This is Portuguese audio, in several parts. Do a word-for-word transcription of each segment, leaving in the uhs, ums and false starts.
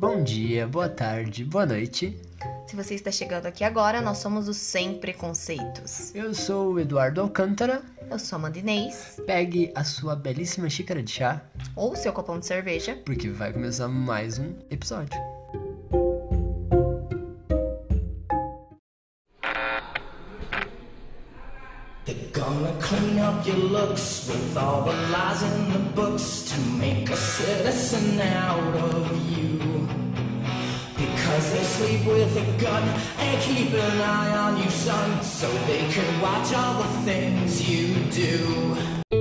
Bom dia, boa tarde, boa noite. Se você está chegando aqui agora, nós somos os Sem Preconceitos. Eu sou o Eduardo Alcântara. Eu sou a Amanda Inês. Pegue a sua belíssima xícara de chá. Ou seu copão de cerveja. Porque vai começar mais um episódio. They're gonna clean up your looks with all the lies in the books to make a citizen out of you. Because they sleep with a gun and keep an eye on you, son, so they can watch all the things you do.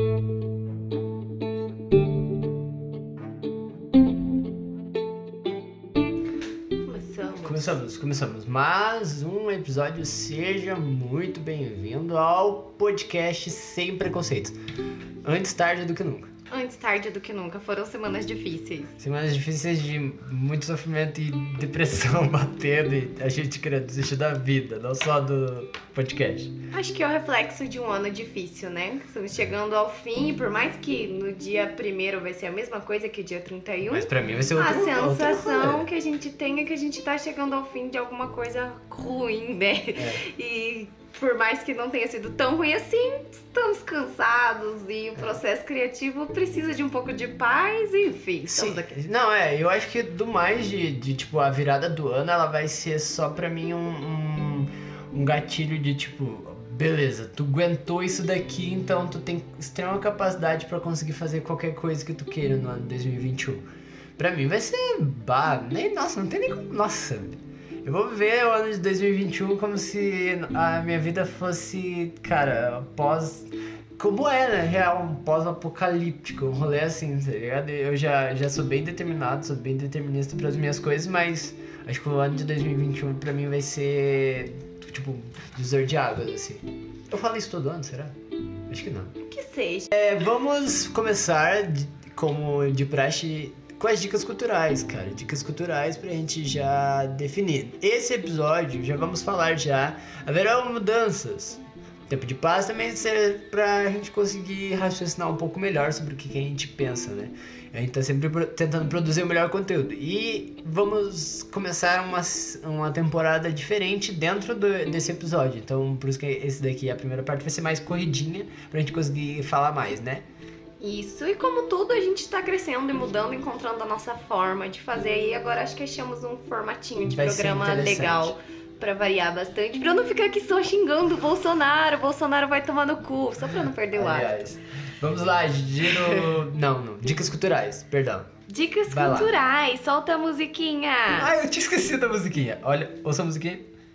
Começamos, começamos mais um episódio. Seja muito bem-vindo ao podcast Sem Preconceitos. Antes tarde do que nunca. Antes tarde do que nunca, foram semanas difíceis. Semanas difíceis de muito sofrimento e depressão batendo e a gente querendo desistir da vida, não só do podcast. Acho que é o reflexo de um ano difícil, né? Estamos chegando ao fim, por mais que no dia primeiro vai ser a mesma coisa que o dia trinta e um. Mas pra mim vai ser outro, A sensação outro que a gente tem é que a gente tá chegando ao fim de alguma coisa ruim, né? É. E por mais que não tenha sido tão ruim assim, estamos cansados e o processo criativo precisa de um pouco de paz, enfim, estamos Sim. aqui. Não, é, eu acho que do mais de, de, tipo, a virada do ano, ela vai ser só pra mim um, um, um gatilho de, tipo, beleza, tu aguentou isso daqui, então tu tem extrema capacidade pra conseguir fazer qualquer coisa que tu queira no ano dois mil e vinte e um. Pra mim vai ser, bah, nem, nossa, não tem nem como, nossa... Eu vou viver o ano de dois mil e vinte e um como se a minha vida fosse, cara, pós... Como é, né? Real, um pós-apocalíptico, um rolê assim, tá ligado? Eu já, já sou bem determinado, sou bem determinista pras minhas coisas, mas acho que o ano de dois mil e vinte e um pra mim vai ser, tipo, divisor de águas, assim. Eu falo isso todo ano, será? Acho que não. Que seja. É, vamos começar, de, como de praxe, com as dicas culturais, cara. Dicas culturais pra gente já definir. Esse episódio, já vamos falar já, haverão mudanças. Tempo de paz também serve pra gente conseguir raciocinar um pouco melhor sobre o que, que a gente pensa, né? A gente tá sempre tentando produzir o melhor conteúdo. E vamos começar uma, uma temporada diferente dentro do, desse episódio. Então, por isso que esse daqui, a primeira parte, vai ser mais corridinha pra gente conseguir falar mais, né? Isso, e como tudo, a gente tá crescendo e mudando, encontrando a nossa forma de fazer. E agora acho que achamos um formatinho de Vai programa legal pra variar bastante. Pra eu não ficar aqui só xingando o Bolsonaro, o Bolsonaro vai tomar no cu, só pra não perder o ar. Vamos lá, giro... Não, não, dicas culturais, perdão. Dicas Vai culturais, lá. Solta a musiquinha. Ah, eu tinha esquecido da musiquinha. Olha, ouça a musiquinha.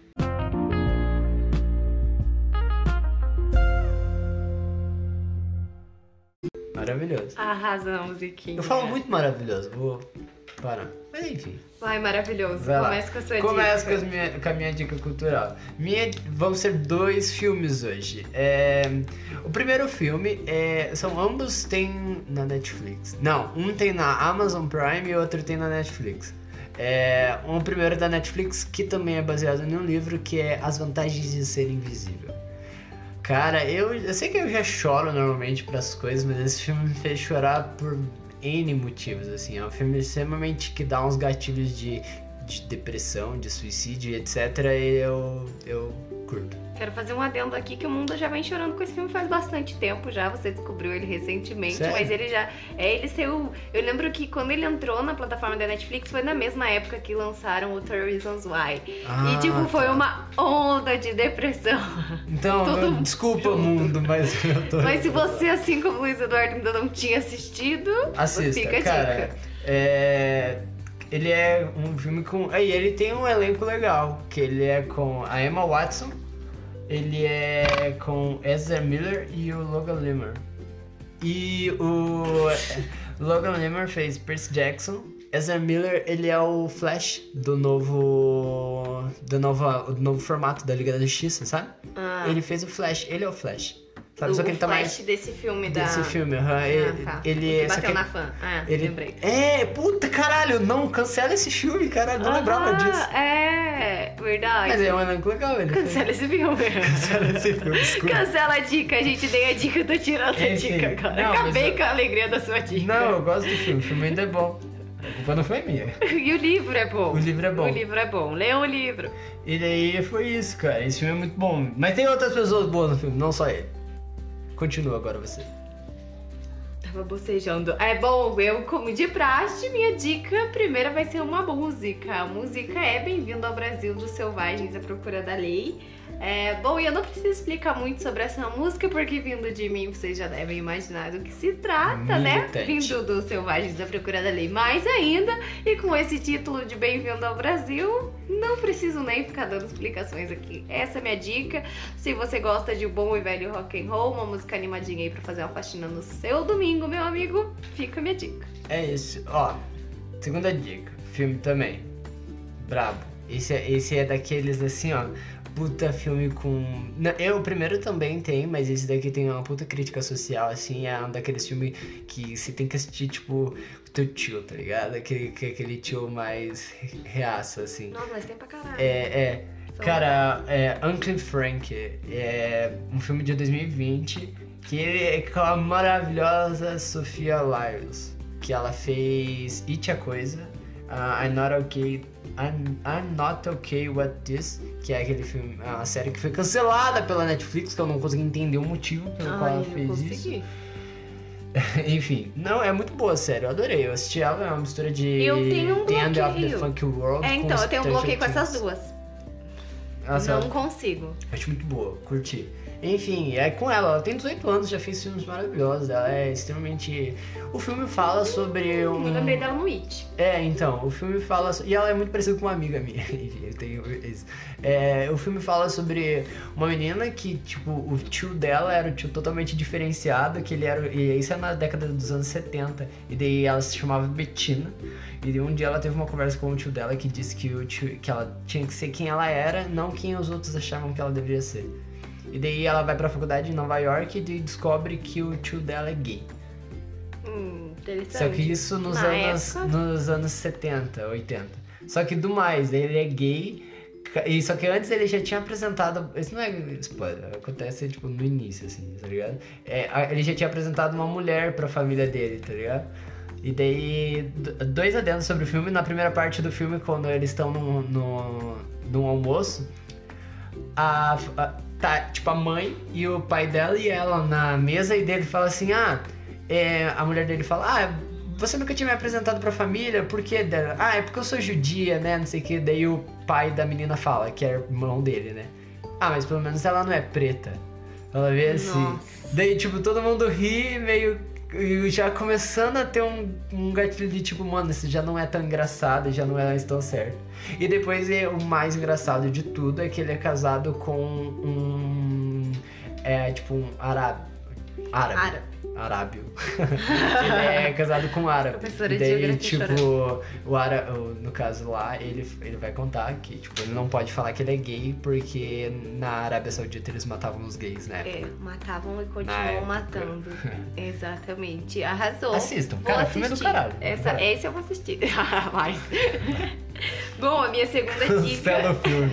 Maravilhoso. Arrasa na musiquinha. Eu falo muito maravilhoso, vou parar. Mas enfim. Vai, maravilhoso. Vai Começa com a sua Começa dica. com, minha, com a minha dica cultural. Minha, vão ser dois filmes hoje. É, o primeiro filme, é, são ambos tem na Netflix. Não, um tem na Amazon Prime e o outro tem na Netflix. É, um primeiro da Netflix, que também é baseado em um livro, que é As Vantagens de Ser Invisível. Cara, eu, eu sei que eu já choro normalmente pras coisas, mas esse filme me fez chorar por N motivos, assim. É um filme extremamente que dá uns gatilhos de, de depressão, de suicídio, etcétera. E eu, eu curto. Quero fazer um adendo aqui que o mundo já vem chorando com esse filme faz bastante tempo já. Você descobriu ele recentemente, Sério? mas ele já... É, ele saiu... Eu lembro que quando ele entrou na plataforma da Netflix foi na mesma época que lançaram o thirteen Reasons Why. Ah, e tipo, foi tá. uma onda de depressão. Então, Todo eu, mundo desculpa junto. mundo, mas eu tô... Mas se você, assim como o Luiz Eduardo, ainda não tinha assistido, Assista, fica a cara. dica. É... Ele é um filme com... E ele tem um elenco legal, que ele é com a Emma Watson, ele é com Ezra Miller e o Logan Lerman. E o Logan Lerman fez Percy Jackson. Ezra Miller, ele é o Flash do novo... Do novo, do novo formato da Liga da Justiça, sabe? Ah. Ele fez o Flash, ele é o Flash. Sabe? O, Só que ele tá Flash mais... desse filme da... Desse filme, aham. Ah, ele, tá. ele que é... só bateu que- na fã. Ah, ele... lembrei. É, puta, caralho, não, cancela esse filme, caralho, não lembrava disso. É, verdade. Mas é um elenco legal, ele Cancela esse filme. Cancela esse filme, desculpa. Cancela a dica, a gente dei a dica, tô tirando a Enfim, dica agora. não, Acabei mas eu- com a alegria da sua dica. Não, eu gosto do filme, o filme ainda é bom. A culpa não foi minha. E o livro é bom. O livro é bom. O livro é bom. Leiam o livro. E daí foi isso, cara. Esse filme é muito bom. Mas tem outras pessoas boas no filme, não só ele. Continua agora você. Tava bocejando. É bom, eu, como de praxe, minha dica primeira vai ser uma música. A música é Bem-vindo ao Brasil dos Selvagens à Procura da Lei. É, bom, e eu não preciso explicar muito sobre essa música, porque vindo de mim, vocês já devem imaginar do que se trata, né? Vindo dos Selvagens à Procura da Lei. Mais ainda, e com esse título de Bem-vindo ao Brasil, não preciso nem ficar dando explicações aqui. Essa é a minha dica. Se você gosta de bom e velho rock and roll, uma música animadinha aí pra fazer uma faxina no seu domingo, meu amigo, fica a minha dica. É isso. Ó, segunda dica. Filme também. Brabo. Esse é, esse é daqueles assim, ó. Puta filme com... Eu, o primeiro também tem, mas esse daqui tem uma puta crítica social, assim, é um daqueles filmes que você tem que assistir, tipo, o teu tio, tá ligado? Aquele, aquele tio mais reaça, assim. Nossa, mas tem pra caralho. É, é. Cara, é, Uncle Frank é um filme de dois mil e vinte que é com a maravilhosa Sophia Lyles, que ela fez It a Coisa, uh, I'm Not Okay... I'm, I'm Not Okay With This, que é aquele filme, a série que foi cancelada pela Netflix, que eu não consegui entender o motivo pelo Ai, qual ela eu fez consegui. isso. Enfim, não, é muito boa a série, eu adorei. Eu assisti ela, é uma mistura de Eu tenho um The End of the bloqueio. Funky World. É, então, com eu tenho um Stranger bloqueio com essas Things. duas. Nossa, Não eu consigo. acho muito boa, curti. Enfim, é com ela, ela tem dezoito anos, já fez filmes maravilhosos, ela é extremamente... O filme fala sobre um... Eu lembrei dela no It. É, então, o filme fala... so- E ela é muito parecida com uma amiga minha, enfim, eu tenho isso. É, o filme fala sobre uma menina que, tipo, o tio dela era um tio totalmente diferenciado, que ele era... E isso é na década dos anos setenta, e daí ela se chamava Bettina, e daí um dia ela teve uma conversa com o tio dela que disse que, o tio, que ela tinha que ser quem ela era, não quem os outros achavam que ela deveria ser. E daí ela vai pra faculdade em Nova York e daí descobre que o tio dela é gay. Hum, interessante. Só que isso nos Na anos, época. nos anos setenta, oitenta. Só que do mais, ele é gay, e só que antes ele já tinha apresentado... Isso não é spoiler, acontece tipo no início, assim, tá ligado? É, a- ele já tinha apresentado uma mulher pra família dele, tá ligado? E daí, d- dois adendos sobre o filme. Na primeira parte do filme, quando eles estão no, no, num almoço, a, a- tá, tipo, a mãe e o pai dela e ela na mesa, e dele fala assim, ah, é, a mulher dele fala, ah, você nunca tinha me apresentado pra família, por que dela? Ah, é porque eu sou judia, né, não sei o que. Daí o pai da menina fala, que é irmão dele, né, ah, mas pelo menos ela não é preta. Ela vê assim, Nossa. daí tipo, todo mundo ri, meio, e já começando a ter um, um gatilho de tipo, mano, isso já não é tão engraçado, já não é mais tão certo. E depois é, o mais engraçado de tudo é que ele é casado com um, é tipo um árabe, árabe, Árabe. arábio. Ele é casado com um árabe. Professora E de daí, geografia tipo, o árabe, no caso lá, ele, ele vai contar que, tipo, ele não pode falar que ele é gay porque na Arábia Saudita eles matavam os gays, né? É, matavam e Na continuam época. matando. Exatamente. Arrasou. Assistam, Vou cara, o filme é do assistir. caralho. Essa, Caralho. esse eu vou assistir. Mas... Bom, a minha segunda Cancela dica o filme.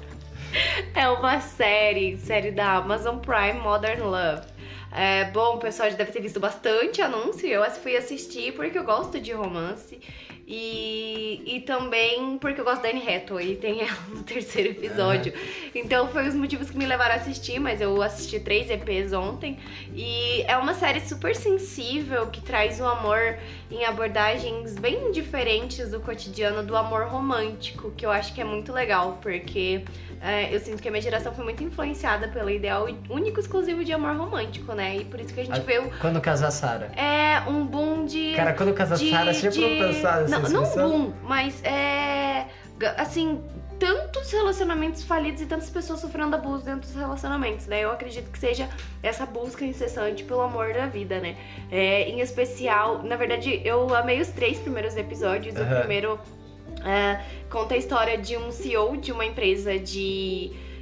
é uma série, série da Amazon Prime, Modern Love. É, bom, o pessoal já deve ter visto bastante anúncio. Eu fui assistir porque eu gosto de romance. E, e também porque eu gosto da Anne Hathaway, tem ela no terceiro episódio. Então foi os motivos que me levaram a assistir, mas eu assisti três E Pês ontem. E é uma série super sensível, que traz o amor em abordagens bem diferentes do cotidiano do amor romântico, que eu acho que é muito legal, porque é, eu sinto que a minha geração foi muito influenciada pelo ideal único exclusivo de amor romântico, né? E por isso que a gente Ah, vê o, Quando casa a Sarah. é, um boom de... Cara, quando casa a de- Sarah, você já de- parou pra pensar nessa Não, não expressão? boom, mas é... ga- Assim, tantos relacionamentos falidos e tantas pessoas sofrendo abuso dentro dos relacionamentos, né? Eu acredito que seja essa busca incessante pelo amor da vida, né? É, em especial, na verdade, eu amei os três primeiros episódios. Aham. O primeiro é, conta a história de um C E O de uma empresa de...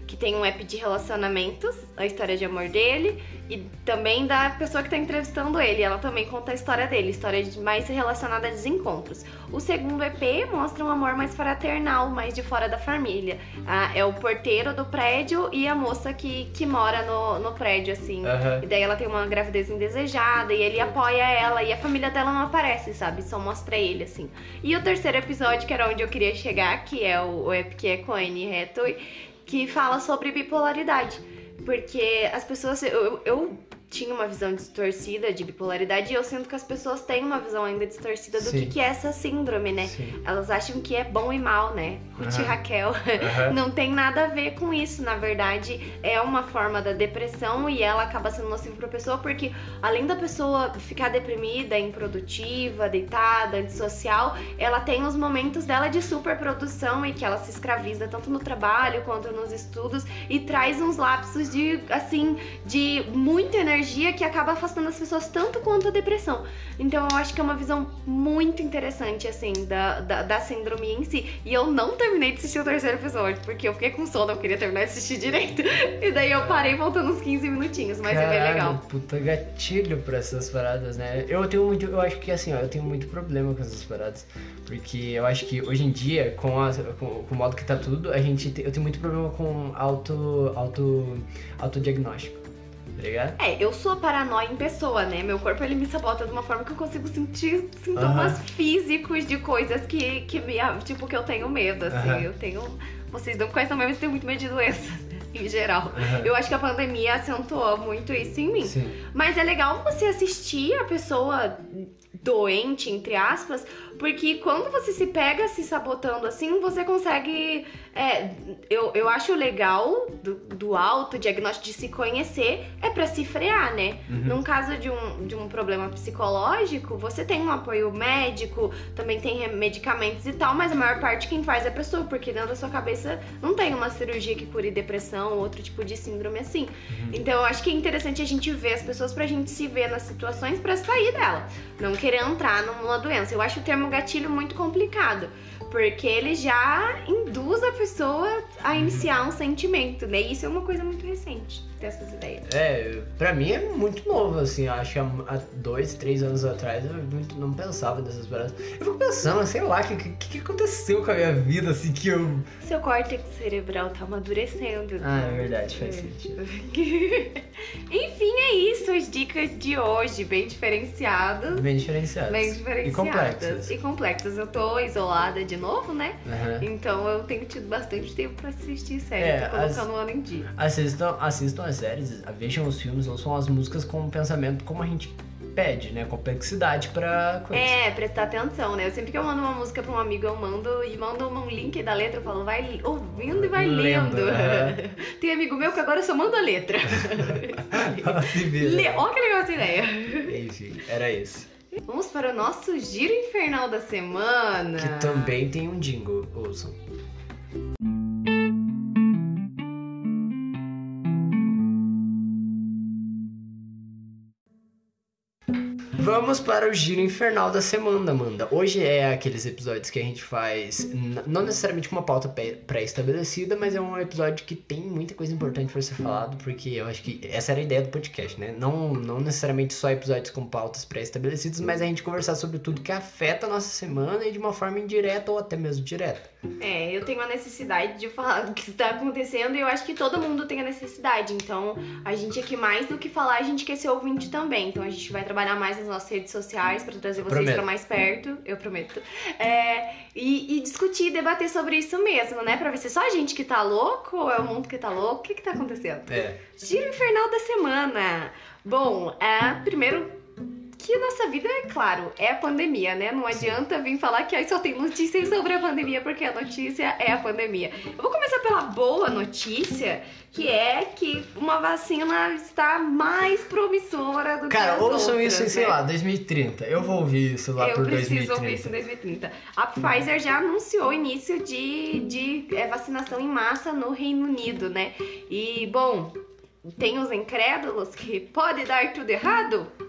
que tem um app de relacionamentos, a história de amor dele, e também da pessoa que tá entrevistando ele. Ela também conta a história dele, história de- mais relacionada a desencontros. O segundo E P mostra um amor mais fraternal, mais de fora da família. Ah, é o porteiro do prédio e a moça que, que mora no, no prédio, assim. Aham. E daí ela tem uma gravidez indesejada e ele apoia ela e a família dela não aparece, sabe? Só mostra ele, assim. E o terceiro episódio, que era onde eu queria chegar, que é o, o app que é com a Anne Hathaway, que fala sobre bipolaridade. Porque as pessoas... Eu, eu tinha uma visão distorcida de bipolaridade e eu sinto que as pessoas têm uma visão ainda distorcida do Sim. que, que é essa síndrome, né? Sim. Elas acham que é bom e mal, né? Ruth e Aham. Raquel. Aham. Não tem nada a ver com isso. Na verdade, é uma forma da depressão e ela acaba sendo nociva pra pessoa porque, além da pessoa ficar deprimida, improdutiva, deitada, antissocial, ela tem os momentos dela de superprodução e que ela se escraviza tanto no trabalho quanto nos estudos e traz uns lapsos de, assim, de muita energia que acaba afastando as pessoas tanto quanto a depressão. Então eu acho que é uma visão muito interessante, assim, da, da, da síndrome em si. E eu não terminei de assistir o terceiro episódio, porque eu fiquei com sono, eu queria terminar de assistir direito. E daí eu parei voltando uns quinze minutinhos, mas é bem Caralho, legal. puta gatilho pra essas paradas, né? Eu tenho muito, eu acho que assim, ó, eu tenho muito problema com essas paradas. Porque eu acho que hoje em dia, com, a, com, com o modo que tá tudo, a gente te- eu tenho muito problema com auto, auto, autodiagnóstico, tá ligado? É, eu sou a paranoia em pessoa, né? Meu corpo, ele me sabota de uma forma que eu consigo sentir sintomas Aham. físicos de coisas que, que me, tipo, que eu tenho medo, assim. Aham. Eu tenho... Vocês não conhecem também, mas eu tenho muito medo de doenças, em geral. Aham. Eu acho que a pandemia acentuou muito isso em mim. Sim. Mas é legal você assistir a pessoa doente, entre aspas, porque quando você se pega se sabotando assim, você consegue... É, eu, eu acho legal do, do autodiagnóstico, de se conhecer, é pra se frear, né? Uhum. Num caso de um, de um problema psicológico, você tem um apoio médico, também tem re- medicamentos e tal, mas a maior parte quem faz é a pessoa, porque dentro da sua cabeça não tem uma cirurgia que cure depressão ou outro tipo de síndrome assim. Uhum. Então eu acho que é interessante a gente ver as pessoas pra gente se ver nas situações pra sair dela, não querer entrar numa doença. Eu acho o termo gatilho muito complicado, porque ele já induz a pessoa a iniciar um sentimento, né? E isso é uma coisa muito recente, dessas ideias. É, pra mim é muito novo, assim, eu acho que há há dois, três anos atrás eu muito não pensava nessas paradas. Eu fico pensando, sei lá, o que, que, que aconteceu com a minha vida, assim, que eu... Seu córtex cerebral tá amadurecendo. Ah, é verdade, faz sentido. Enfim, é isso, as dicas de hoje, bem diferenciadas. Bem diferenciadas. Bem diferenciadas. E complexas. E complexas. Eu tô isolada de novo, né? Aham. Então eu tenho tido bastante tempo pra assistir série. É, tô colocando as- o ano em dia. Assistam, assistam as séries, vejam os filmes, ouçam as músicas com um pensamento como a gente pede, né? Complexidade pra coisa. É, prestar atenção, né? Eu sempre que eu mando uma música pra um amigo, eu mando e mando um link da letra, eu falo, vai ouvindo e vai lendo. Lendo, aham. Tem amigo meu que agora só manda a letra. Se vira. Le... Ó que legal essa ideia. Enfim, era isso. Vamos para o nosso giro infernal da semana. Que também tem um jingle, ouçam. Vamos para o giro infernal da semana, Amanda. Hoje é aqueles episódios que a gente faz, n- não necessariamente com uma pauta pré- pré-estabelecida, mas é um episódio que tem muita coisa importante para ser falado, porque eu acho que essa era a ideia do podcast, né? Não, não necessariamente só episódios com pautas pré-estabelecidas, mas a gente conversar sobre tudo que afeta a nossa semana e de uma forma indireta ou até mesmo direta. É, eu tenho a necessidade de falar do que está acontecendo e eu acho que todo mundo tem a necessidade. Então, a gente aqui, mais do que falar, a gente quer ser ouvinte também. Então, a gente vai trabalhar mais nas nossas redes sociais para trazer vocês Prometo. para mais perto. Eu prometo. É, e, e discutir e debater sobre isso mesmo, né? Pra ver se é só a gente que tá louco ou é o mundo que tá louco. O que que tá acontecendo? É. Giro infernal da semana. Bom, é, primeiro que a nossa vida, é claro, é a pandemia, né? Não adianta vir falar que aí só tem notícias sobre a pandemia, porque a notícia é a pandemia. Eu vou começar pela boa notícia, que é que uma vacina está mais promissora do Cara, que as ouçam outras, isso em, sei né? lá, dois mil e trinta. Eu vou ouvir isso lá Eu por preciso dois mil e ouvir isso em trinta. dois mil e trinta. A Pfizer já anunciou o início de, de é, vacinação em massa no Reino Unido, né? E, bom, tem os incrédulos que pode dar tudo errado?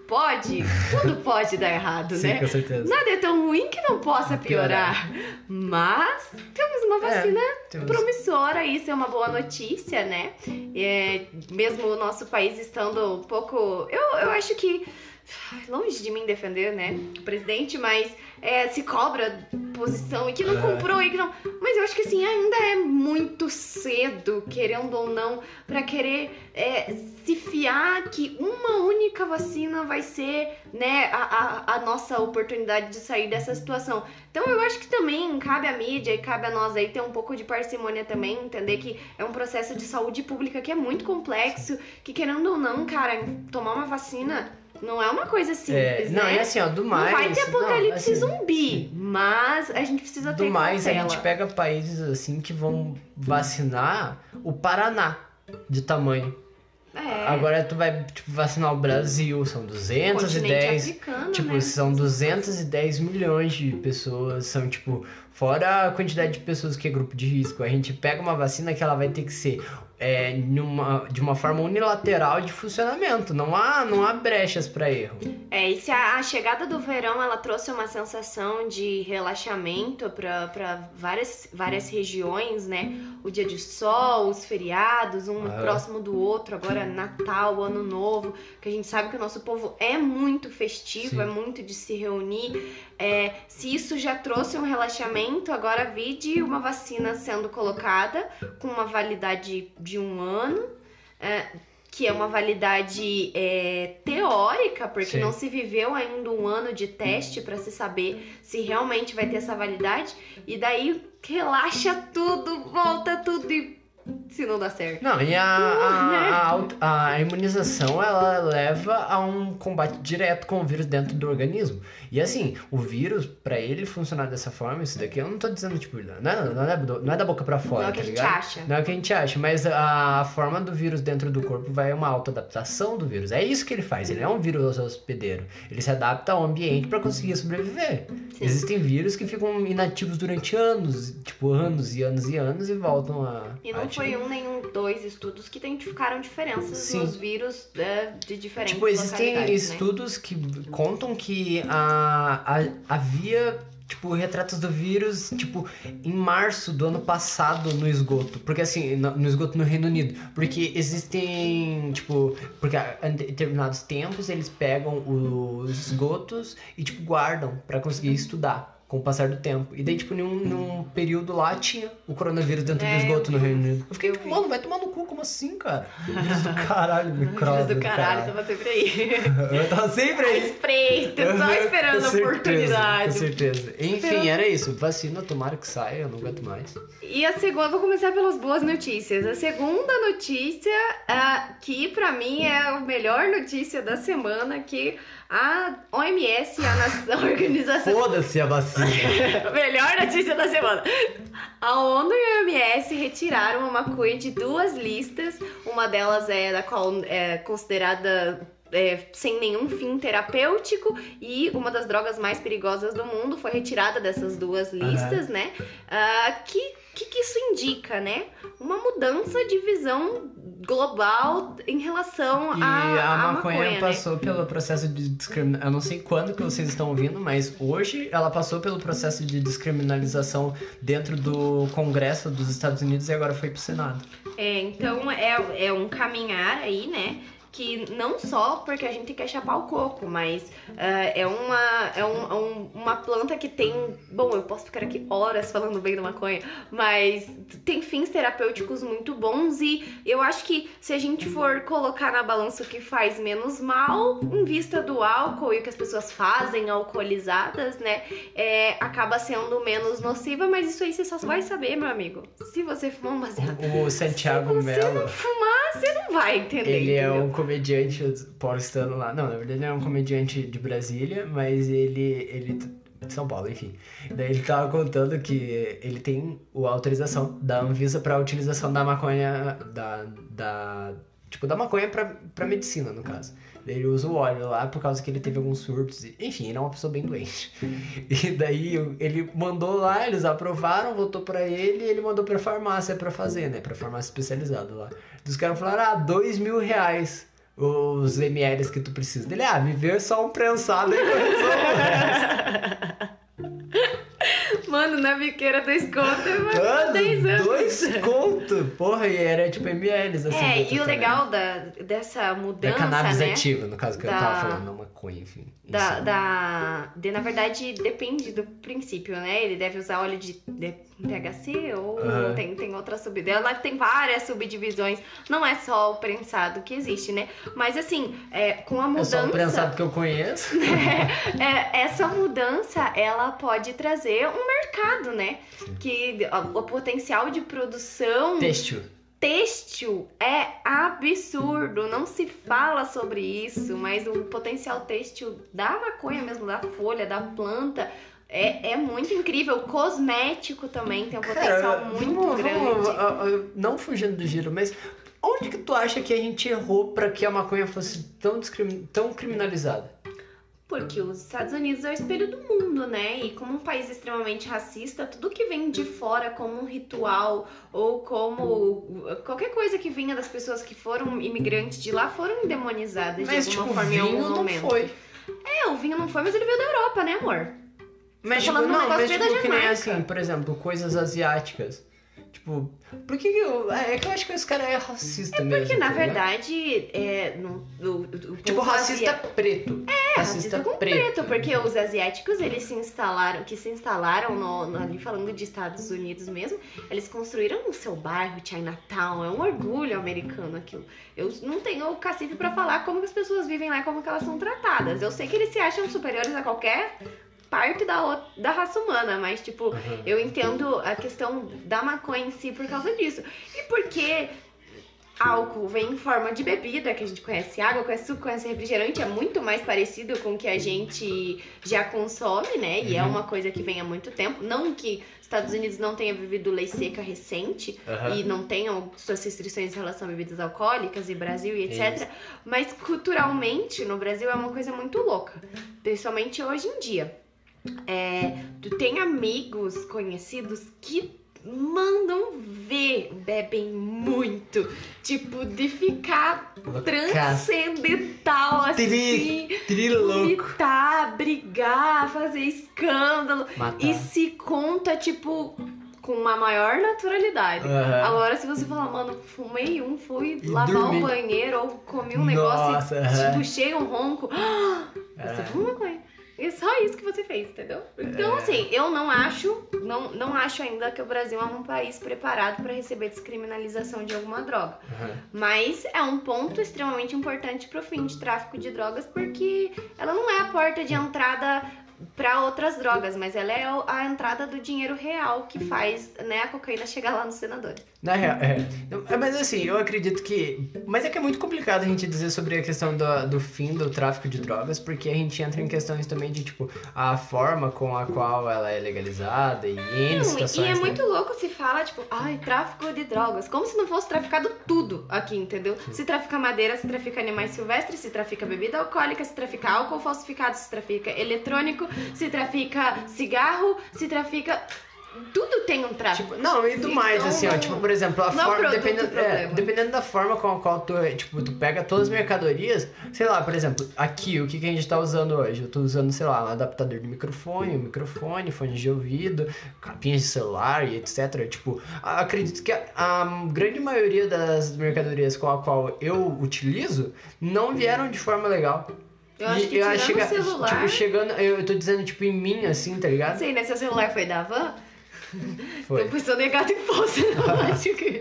pode, tudo pode dar errado, Sim, né? com certeza. Nada é tão ruim que não possa piorar. Mas temos uma vacina É, temos. promissora, isso é uma boa notícia, né? É, mesmo o nosso país estando um pouco... Eu, eu acho que... Longe de mim defender, né, o presidente, mas é, se cobra posição e que não comprou e que não... Mas eu acho que assim, ainda é muito cedo, querendo ou não, pra querer é, se fiar que uma única vacina vai ser, né, a, a, a nossa oportunidade de sair dessa situação. Então eu acho que também cabe à mídia e cabe a nós aí ter um pouco de parcimônia também, entender que é um processo de saúde pública que é muito complexo, que querendo ou não, cara, tomar uma vacina... Não é uma coisa simples, É, não, né? é assim, ó, do mais... Não vai ter apocalipse não, assim, zumbi, mas a gente precisa ter do mais, cautela. a gente pega países assim que vão vacinar o Paraná de tamanho. É. Agora tu vai tipo, vacinar o Brasil, são duzentos e dez, Continente africano, tipo, né? são duzentos e dez milhões de pessoas, são tipo, fora a quantidade de pessoas que é grupo de risco. A gente pega uma vacina que ela vai ter que ser é, numa, de uma forma unilateral de funcionamento, não há, não há brechas para erro. É, e se a, a chegada do verão ela trouxe uma sensação de relaxamento para várias, várias regiões, né? O dia de sol, os feriados, um Ah. próximo do outro, agora Natal, Ano Novo, que a gente sabe que o nosso povo é muito festivo, Sim. é muito de se reunir. É, se isso já trouxe um relaxamento, agora vide uma vacina sendo colocada com uma validade de um ano. É, que é uma validade é, teórica, porque Sim. não se viveu ainda um ano de teste para se saber se realmente vai ter essa validade. E daí relaxa tudo, volta tudo e se não dá certo. Não, e a, a, a, a imunização, ela leva a um combate direto com o vírus dentro do organismo. E assim, o vírus, pra ele funcionar dessa forma, isso daqui eu não tô dizendo, tipo, não é, não é, do- não é da boca pra fora, Não é o que tá a gente ligado? acha. Não é o que a gente acha, mas a forma do vírus dentro do corpo vai uma autoadaptação do vírus. É isso que ele faz, ele é um vírus hospedeiro. Ele se adapta ao ambiente pra conseguir sobreviver. Sim. Existem vírus que ficam inativos durante anos, tipo, anos e anos e anos e voltam a... E não a foi um nem um, dois estudos que identificaram diferenças Sim. nos vírus é, de diferentes Tipo, existem localidades, né? estudos que contam que a, a- havia, tipo, retratos do vírus, tipo, em março do ano passado no esgoto. Porque, assim, no, no esgoto no Reino Unido. Porque existem, tipo... Porque em determinados tempos eles pegam os esgotos e, tipo, guardam pra conseguir estudar com o passar do tempo. E daí, tipo, num, num período lá tinha o coronavírus dentro É, do esgoto no eu vi. Reino Unido. Eu fiquei, Eu vi. mano, vai tomar no cu, como assim, cara? Vírus do caralho, micróbio Vírus do caralho, tava sempre aí. Eu tava sempre À aí. espreita, só Uhum, esperando com a certeza, oportunidade. Com certeza. Enfim, Esperando. era isso. Vacina, tomara que saia, eu não aguento mais. E a segunda, vou começar pelas boas notícias. A segunda notícia, ah, que pra mim é a melhor notícia da semana, que a O M S, a, nas- a organização... Foda-se a vacina. Melhor notícia da semana. A ONU e a O M S retiraram a maconha de duas listas. Uma delas é da qual é considerada é, sem nenhum fim terapêutico, e uma das drogas mais perigosas do mundo foi retirada dessas duas listas, né? Ah, que que, que isso indica, né? Uma mudança de visão global em relação E à a à maconha, maconha, né? passou pelo processo de discriminação. Eu não sei quando que vocês estão ouvindo, mas hoje ela passou pelo processo de descriminalização dentro do Congresso dos Estados Unidos e agora foi pro Senado. É, então é, é um caminhar aí, né? Que não só porque a gente quer chapar o coco, mas ah, é, uma, é um- um- uma planta que tem... Bom, eu posso ficar aqui horas falando bem da maconha, mas tem fins terapêuticos muito bons, e eu acho que se a gente for colocar na balança o que faz menos mal, em vista do álcool e o que as pessoas fazem alcoolizadas, né? É, acaba sendo menos nociva, mas isso aí você só vai saber, meu amigo, se você fumar um baseado. O Santiago Se você Mello, não fumar, você não vai entender. ele é entendeu? um comediante paulistano lá. Não, na verdade ele é um comediante de Brasília, mas ele... ele de São Paulo, enfim. Daí ele tava contando que ele tem a autorização da Anvisa pra utilização da maconha, da, da tipo, da maconha pra, pra medicina, no caso. Daí ele usa o óleo lá por causa que ele teve alguns surtos. E, enfim, ele é uma pessoa bem doente. E daí ele mandou lá, eles aprovaram, voltou pra ele e ele mandou pra farmácia pra fazer, né? Pra farmácia especializada lá. Os caras falaram, ah, dois mil reais os mLs que tu precisa. Ele, ah, me vê só um prensado aí que eu resolvo. Mano, na biqueira dois contos, mano, Mano, dez anos. dois conto. Porra, e era tipo mLs assim. É, dentro e o também. legal da, dessa Da mudança, cannabis né? ativa, no caso que eu Da- tava falando, não maconha, enfim. Da, Isso. da, de, na verdade, depende do princípio, né? Ele deve usar óleo de, de T H C ou Aham. tem, tem outra subdivisão. Ela tem várias subdivisões. Não é só o prensado que existe, né? Mas assim, é, com a É mudança... só um prensado que eu conheço. É, essa mudança, ela pode trazer um mercado, né? Que o, o potencial de produção Têxtil. têxtil é absurdo. Não se fala sobre isso, mas o potencial têxtil da maconha mesmo, da folha, da planta, é, é muito incrível. O cosmético também tem um potencial muito vamos, grande. vamos, ah, ah, não fugindo do giro, mas onde que tu acha que a gente errou pra que a maconha fosse tão, discrimi- tão criminalizada? Porque os Estados Unidos é o espelho do mundo, né? E como um país extremamente racista, tudo que vem de fora como um ritual ou como qualquer coisa que vinha das pessoas que foram imigrantes de lá foram demonizadas Mas de tipo, alguma forma em vinho algum não momento. foi. É, o vinho não foi, mas ele veio da Europa, né, amor? Mas Tá tipo, falando de um não, negócio mas que veio tipo, da que nem Jamaica. assim, por exemplo, coisas asiáticas. Tipo, por que que eu... É é que eu acho que esse cara é racista mesmo. Porque, na tá ligado? verdade, é, no, o, o, o Tipo, povo racista asia- preto. É, racista com preto, porque os asiáticos, eles se instalaram, que se instalaram no, no- ali falando de Estados Unidos mesmo, eles construíram o seu bairro, Chinatown, é um orgulho americano aquilo. Eu não tenho o cacife pra falar como que as pessoas vivem lá e como que elas são tratadas. Eu sei que eles se acham superiores a qualquer parte da, o- da raça humana, mas tipo, Uhum. eu entendo a questão da maconha em si por causa disso. E porque álcool vem em forma de bebida, que a gente conhece água, conhece suco, conhece refrigerante, é muito mais parecido com o que a gente já consome, né? E é Uhum. uma coisa que vem há muito tempo. Não que Estados Unidos não tenha vivido lei seca recente Aham. e não tenham suas restrições em relação a bebidas alcoólicas e Brasil e Isso. etcétera. Mas culturalmente no Brasil é uma coisa muito louca, principalmente hoje em dia. É, tu tem amigos conhecidos que mandam ver, bebem muito, tipo, de ficar Loucaço. transcendental, assim, Tri, tri louco. vomitar, brigar, fazer escândalo, Matar. e se conta, tipo, com uma maior naturalidade. Aham. Agora, se você falar, mano, fumei um, fui E lavar dormi. um banheiro ou comi um negócio Nossa, e aham. puxei um ronco, você É. fuma maconha. E só isso que você fez, entendeu? Então, É. assim, eu não acho, não, não acho ainda que o Brasil é um país preparado para receber descriminalização de alguma droga. Aham. Mas é um ponto extremamente importante pro fim de tráfico de drogas, porque ela não é a porta de entrada para outras drogas, mas ela é a entrada do dinheiro real que faz, né, a cocaína chegar lá nos senadores. Na real, é. É, Mas assim, eu acredito que. Mas é que é muito complicado a gente dizer sobre a questão do, do fim do tráfico de drogas, porque a gente entra em questões também de, tipo, a forma com a qual ela é legalizada e N Não, situações. e é né? muito louco se fala, tipo, ai, tráfico de drogas. Como se não fosse traficado tudo aqui, entendeu? Se trafica madeira, se trafica animais silvestres, se trafica bebida alcoólica, se trafica álcool falsificado, se trafica eletrônico, se trafica cigarro, se trafica... Tudo tem um tráfico. Tipo, não, e do mais, Então, assim, ó, tipo, por exemplo, a não é o forma, produto dependendo, o problema. é, dependendo da forma com a qual tu, tipo, tu pega todas as mercadorias, sei lá, por exemplo, aqui, o que, que a gente tá usando hoje? Eu tô usando, sei lá, um adaptador de microfone, um microfone, fone de ouvido, capinhas de celular e etcétera. Tipo, a- acredito que a, a grande maioria das mercadorias com a qual eu utilizo não vieram de forma legal. Eu acho E que eu acho tirando o que, celular... tipo, chegando, eu tô dizendo, tipo, em mim, assim, tá ligado? Sei, né? Seu celular foi da van? Foi. Eu fui sonegado imposto, não acho que...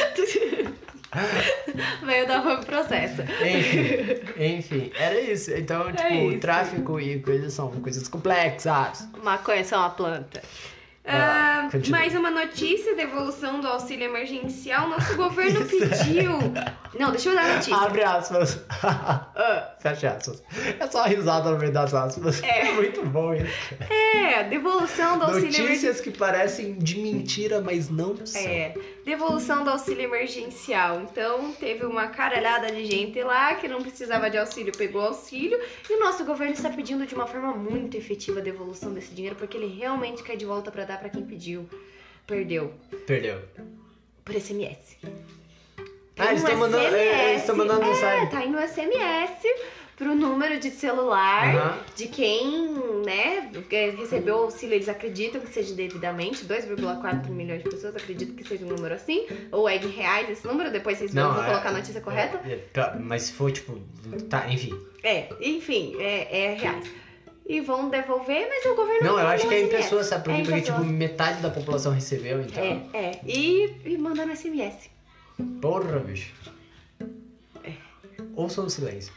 Veio da van processo. Enfim, enfim, era isso. Então, tipo, isso. tráfico e coisas são coisas complexas. Maconha é só uma planta. Ah, Ah, continua. mais uma notícia: devolução do auxílio emergencial. Nosso governo pediu. Não, deixa eu dar a notícia. Abre aspas. Ah, Fecha aspas. É só a risada no meio das aspas. É. É muito bom isso. é, devolução do auxílio emergencial. Notícias que parecem de mentira, mas não são. É, devolução do auxílio emergencial. Então, teve uma caralhada de gente lá que não precisava de auxílio, pegou auxílio. E o nosso governo está pedindo de uma forma muito efetiva a devolução desse dinheiro, porque ele realmente quer de volta para dar para quem pediu. Perdeu. Perdeu. Por S M S. Ah, eles um estão mandando, S M S, eles estão mandando é, mensagem. tá indo S M S pro número de celular Aham. de quem, né, recebeu o auxílio. Eles acreditam que seja devidamente, dois vírgula quatro milhões de pessoas acreditam que seja um número assim, ou é de reais esse número, depois vocês Não, vão é- colocar a notícia correta. É, tá, mas se for, tipo, tá, enfim. É, enfim, é, é reais. E vão devolver, mas o governo Não, eu manda acho um que é em S M S. pessoas, sabe? Porque, É em porque, tipo, pessoas. metade da população recebeu, então. É, é. E, e mandando S M S. Porra, bicho. Ouçam o silêncio.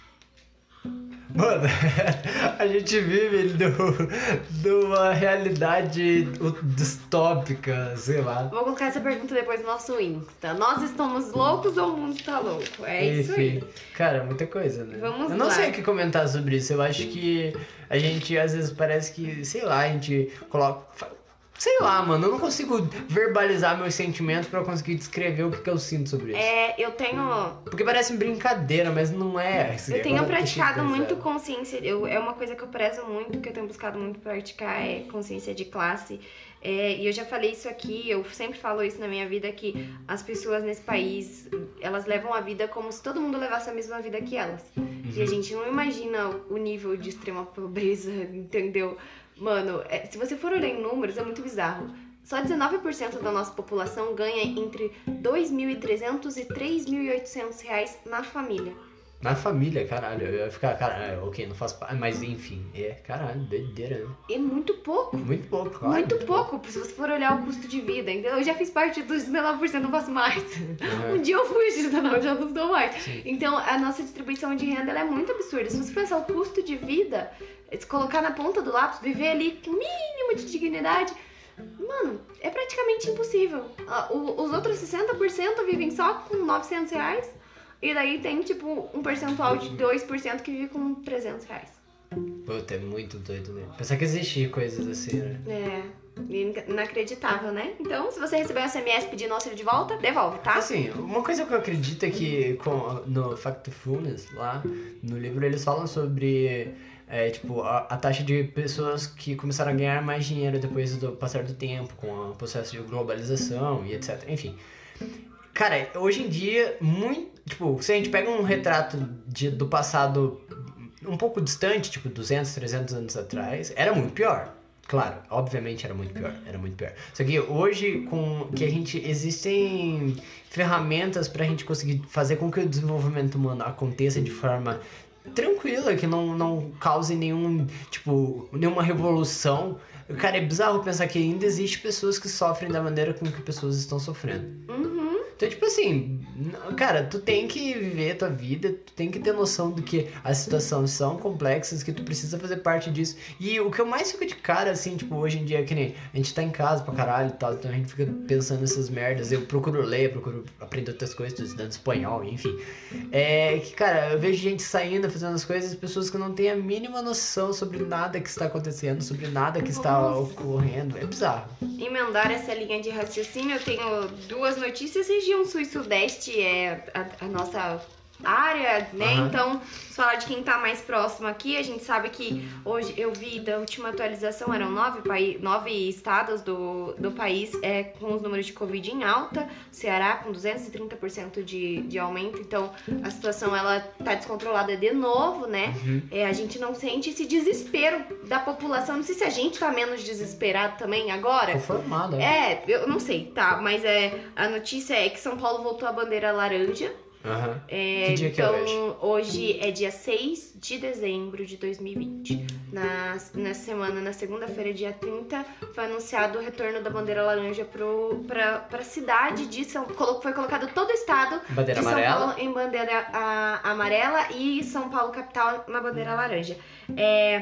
Mano, a gente vive no- numa realidade distópica, sei lá. Vou colocar essa pergunta depois no nosso Insta. Nós estamos loucos ou o mundo está louco? É isso aí. Enfim, cara, muita coisa, né? Vamos Eu não lá. sei o que comentar sobre isso. Eu acho que a gente, às vezes, parece que, sei lá, a gente coloca. Sei lá, mano, eu não consigo verbalizar meus sentimentos pra eu conseguir descrever o que, que eu sinto sobre isso. É, eu tenho. Porque parece brincadeira, mas não é. assim, Eu tenho agora praticado deixa eu muito pensar. consciência. Eu, é uma coisa que eu prezo muito, que eu tenho buscado muito praticar, é consciência de classe. É, e eu já falei isso aqui, eu sempre falo isso na minha vida, que as pessoas nesse país, elas levam a vida como se todo mundo levasse a mesma vida que elas. E a gente não imagina o nível de extrema pobreza, entendeu? Mano, é, se você for olhar em números, é muito bizarro. Só dezenove por cento da nossa população ganha entre dois mil e trezentos e três mil e oitocentos reais na família. Na família, caralho. Eu ia ficar, caralho, ok, não faço parte. Mas enfim, é, caralho, doideira, né? É muito pouco. Muito pouco, claro. Muito pouco, se você for olhar o custo de vida. Então, eu já fiz parte dos dezenove por cento, não faço mais. Uhum. Um dia eu fui de dezenove, já não sou mais. Sim. Então, a nossa distribuição de renda ela é muito absurda. Se você pensar o custo de vida, se colocar na ponta do lápis, viver ali com o mínimo de dignidade, mano, é praticamente impossível. Ah, o- Os outros sessenta por cento vivem só com novecentos reais. E daí tem, tipo, um percentual de dois por cento que vive com trezentos reais. Puta, é muito doido, né? Pensar que existia coisas assim, né? É, inacreditável, né? Então, se você receber um S M S pedindo auxílio de volta, devolve, tá? Assim, uma coisa que eu acredito é que com, no Factfulness, lá no livro, eles falam sobre é, tipo, a, a taxa de pessoas que começaram a ganhar mais dinheiro depois do passar do tempo, com o processo de globalização e etcétera. Enfim. Cara, hoje em dia, muito. Tipo, se a gente pega um retrato de, do passado um pouco distante, tipo duzentos, trezentos anos atrás, era muito pior. Claro, obviamente era muito pior, era muito pior. Só que hoje, com que a gente existem ferramentas pra gente conseguir fazer com que o desenvolvimento humano aconteça de forma tranquila, que não, não cause nenhum, tipo, nenhuma revolução. Cara, é bizarro pensar que ainda existe pessoas que sofrem da maneira com que pessoas estão sofrendo. Uhum. Então, tipo assim, n- cara, tu tem que viver a tua vida, tu tem que ter noção do que as situações são complexas, que tu precisa fazer parte disso. E o que eu mais fico de cara, assim, tipo, hoje em dia, é que nem a gente tá em casa pra caralho e tal, então a gente fica pensando nessas merdas. Eu procuro ler, procuro aprender outras coisas, tô estudando espanhol, enfim. É que, cara, eu vejo gente saindo, fazendo as coisas, pessoas que não têm a mínima noção sobre nada que está acontecendo, sobre nada que está Nossa. ocorrendo. É bizarro. Emendar essa linha de raciocínio, eu tenho duas notícias. Região Sul e Sudeste é a, a nossa área, né? Aham. Então, vamos falar de quem tá mais próximo aqui. A gente sabe que hoje eu vi da última atualização, eram nove, paí- nove estados do, do país é, com os números de Covid em alta. Ceará com duzentos e trinta por cento de, de aumento. Então, a situação ela tá descontrolada de novo, né? Uhum. É, a gente não sente esse desespero da população. Não sei se a gente tá menos desesperado também agora. Conformado, é. É, eu não sei, tá, mas é, a notícia é que São Paulo voltou à bandeira laranja. Aham. É, Que dia que é então, hoje é dia seis de dezembro de dois mil e vinte. Na, na semana, na segunda-feira, dia trinta, foi anunciado o retorno da bandeira laranja pro, pra, pra cidade de São Paulo. Foi colocado todo o estado Bandeira de São amarela? Paulo em bandeira a- amarela e São Paulo capital na bandeira laranja. É,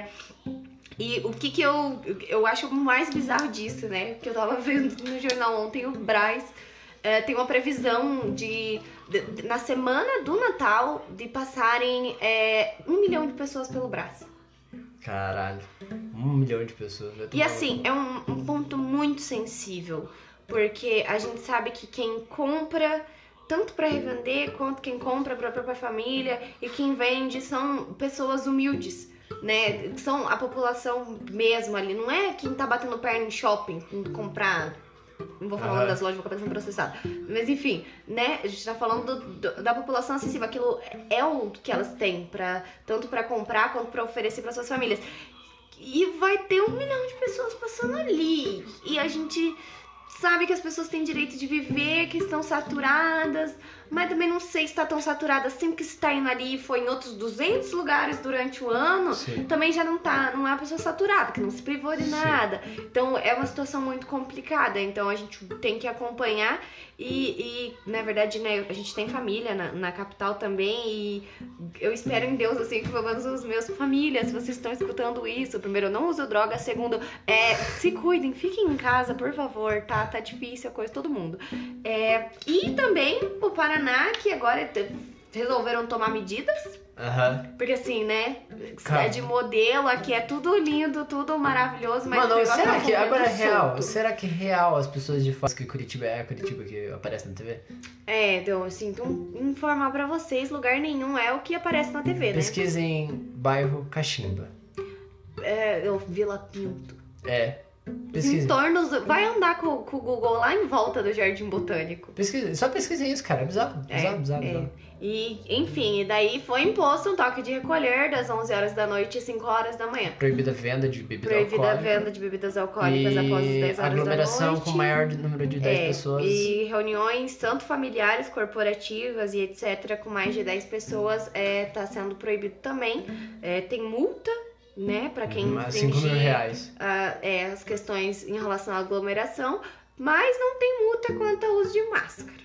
e o que que eu, eu acho mais bizarro disso, né? Que eu tava vendo no jornal ontem, o Brás é, tem uma previsão de, de- de- na semana do Natal, de passarem é, um milhão de pessoas pelo Brás. Caralho. Um milhão de pessoas. vai E tomar assim, é um, um ponto muito sensível, porque a gente sabe que quem compra, tanto para revender, quanto quem compra para a própria família, e quem vende são pessoas humildes, né? São a população mesmo ali, não é quem tá batendo perna em shopping, indo comprar Não vou falar o nome das lojas, vou acabar sendo processada. Mas enfim, né? A gente tá falando do, do, da população acessível. Aquilo é o que elas têm, pra, tanto pra comprar quanto pra oferecer pra suas famílias. E vai ter um milhão de pessoas passando ali. E a gente sabe que as pessoas têm direito de viver, que estão saturadas, mas também não sei se está tão saturada assim, porque se está indo ali e foi em outros duzentos lugares durante o ano, Sim. também já não tá, não é uma pessoa saturada, que não se privou de nada. Sim. Então é uma situação muito complicada, então a gente tem que acompanhar e, e na verdade, né, a gente tem família na, na capital também e eu espero em Deus, assim, que pelo menos os meus famílias, se vocês estão escutando isso, primeiro, não uso droga, segundo, é, se cuidem, fiquem em casa, por favor, tá? Tá difícil a coisa, todo mundo. É, e também o Paraná, que agora resolveram tomar medidas. Uhum. Porque assim, né? Cidade modelo, aqui é tudo lindo, tudo maravilhoso, mas Mano, o será que agora é real? solto. Será que é real as pessoas de fora que Curitiba é Curitiba que aparece na T V? É, então eu sinto um, informar pra vocês, lugar nenhum é o que aparece na T V, né? Pesquisem bairro Caximba. É, eu, Vila Pinto. É. Pesquisa. Entornos, vai andar com, com o Google lá em volta do Jardim Botânico. Pesquisa, só pesquisem isso, cara. É bizarro. Bizarro, é, bizarro, é. bizarro. E, enfim, e daí foi imposto um toque de recolher das onze horas da noite às cinco horas da manhã. Proibida a venda de bebida Proibida alcoólica. Proibida a venda de bebidas alcoólicas e após as dez horas da noite. Aglomeração com maior número de dez é, pessoas. E reuniões, tanto familiares, corporativas e etcétera, com mais de dez pessoas, é, tá sendo proibido também. É, tem multa, né, pra quem Mas cinco mil reais. Uh, é, as questões em relação à aglomeração, mas não tem multa quanto ao uso de máscara.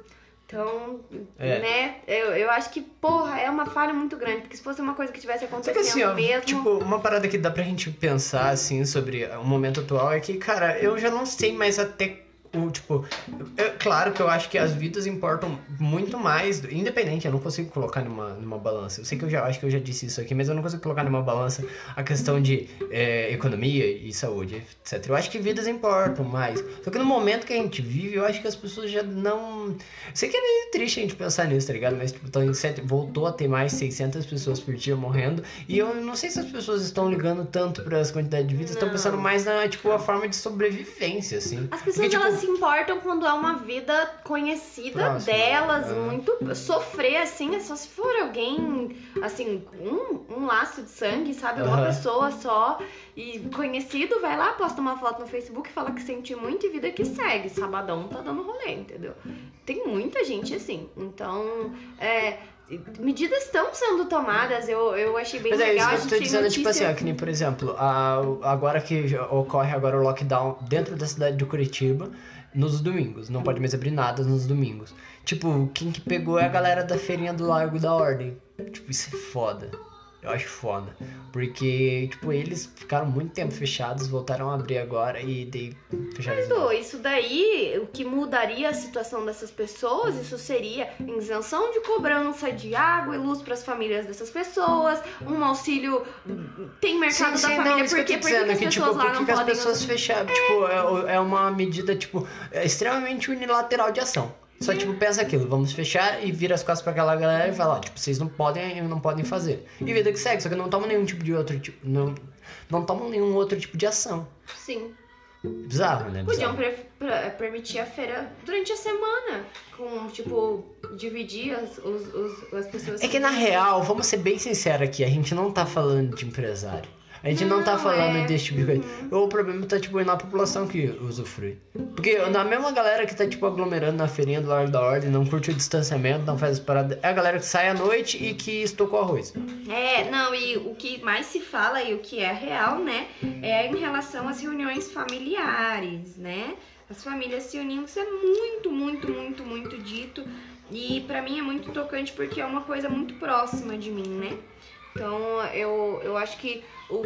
Então, é. né, eu, eu acho que, porra, é uma falha muito grande, porque se fosse uma coisa que tivesse acontecendo assim, ó, mesmo... Tipo, uma parada que dá pra gente pensar, assim, sobre o momento atual é que, cara, eu já não sei mais até o, tipo... É claro que eu acho que as vidas importam muito mais, independente, eu não consigo colocar numa, numa balança. Eu sei que eu já acho que eu já disse isso aqui, mas eu não consigo colocar numa balança a questão de é, economia e saúde, etcétera. Eu acho que vidas importam mais. Só que no momento que a gente vive, eu acho que as pessoas já não... Eu sei que é meio triste a gente pensar nisso, tá ligado? Mas, tipo, tão sete... voltou a ter mais seiscentas pessoas por dia morrendo. E eu não sei se as pessoas estão ligando tanto pra essa quantidade de vidas, estão pensando mais na, tipo, a forma de sobrevivência, assim. As pessoas, Porque, elas tipo... se importam quando é uma vida conhecida Próximo, delas, é. muito... Sofrer, assim, é só se for alguém, assim, um, um laço de sangue, sabe? Uma uhum. pessoa só e conhecido, vai lá, posta uma foto no Facebook, fala que sente muito e vida que segue. Sabadão tá dando rolê, entendeu? Tem muita gente assim. Então, é... medidas estão sendo tomadas, eu, eu achei bem Mas legal. Mas é isso que eu tô dizendo, notícia... tipo assim, ó, que nem, por exemplo, a, agora que ocorre agora o lockdown dentro da cidade de Curitiba, nos domingos, não pode mais abrir nada nos domingos. Tipo, quem que pegou é a galera da feirinha do Largo da Ordem. Tipo, isso é foda. Eu acho foda. Porque, tipo, eles ficaram muito tempo fechados, voltaram a abrir agora e daí fecharam. Mas, Lu, isso daí, o que mudaria a situação dessas pessoas, isso seria isenção de cobrança de água e luz para as famílias dessas pessoas, um auxílio... Tem mercado sim, da sim, família, não, por quê? Porque as que, pessoas tipo, lá não que podem... as pessoas fecharam, é. Tipo, é, é uma medida, tipo, é extremamente unilateral de ação. Só, tipo, pensa aquilo, vamos fechar e vira as costas pra aquela galera e fala, ó, tipo, vocês não podem, não podem fazer. E vida que segue, só que não tomam nenhum tipo de outro, tipo, não, não tomam nenhum outro tipo de ação. Sim. Bizarro, né? Bizarro. Podiam pre- pre- permitir a feira durante a semana, com, tipo, dividir as, os, os, as pessoas... É que, na real, vamos ser bem sinceros aqui, a gente não tá falando de empresário. A gente não, não tá falando é... desse tipo de coisa. Uhum. O problema tá, tipo, na população que usufrui. Porque na mesma galera que tá, tipo, aglomerando na feirinha do Largo da Ordem, não curte o distanciamento, não faz as paradas, é a galera que sai à noite e que estocou arroz. É, não, e o que mais se fala e o que é real, né, é em relação às reuniões familiares, né? As famílias se unindo, isso é muito, muito, muito, muito dito. E pra mim é muito tocante porque é uma coisa muito próxima de mim, né? Então, eu, eu acho que o...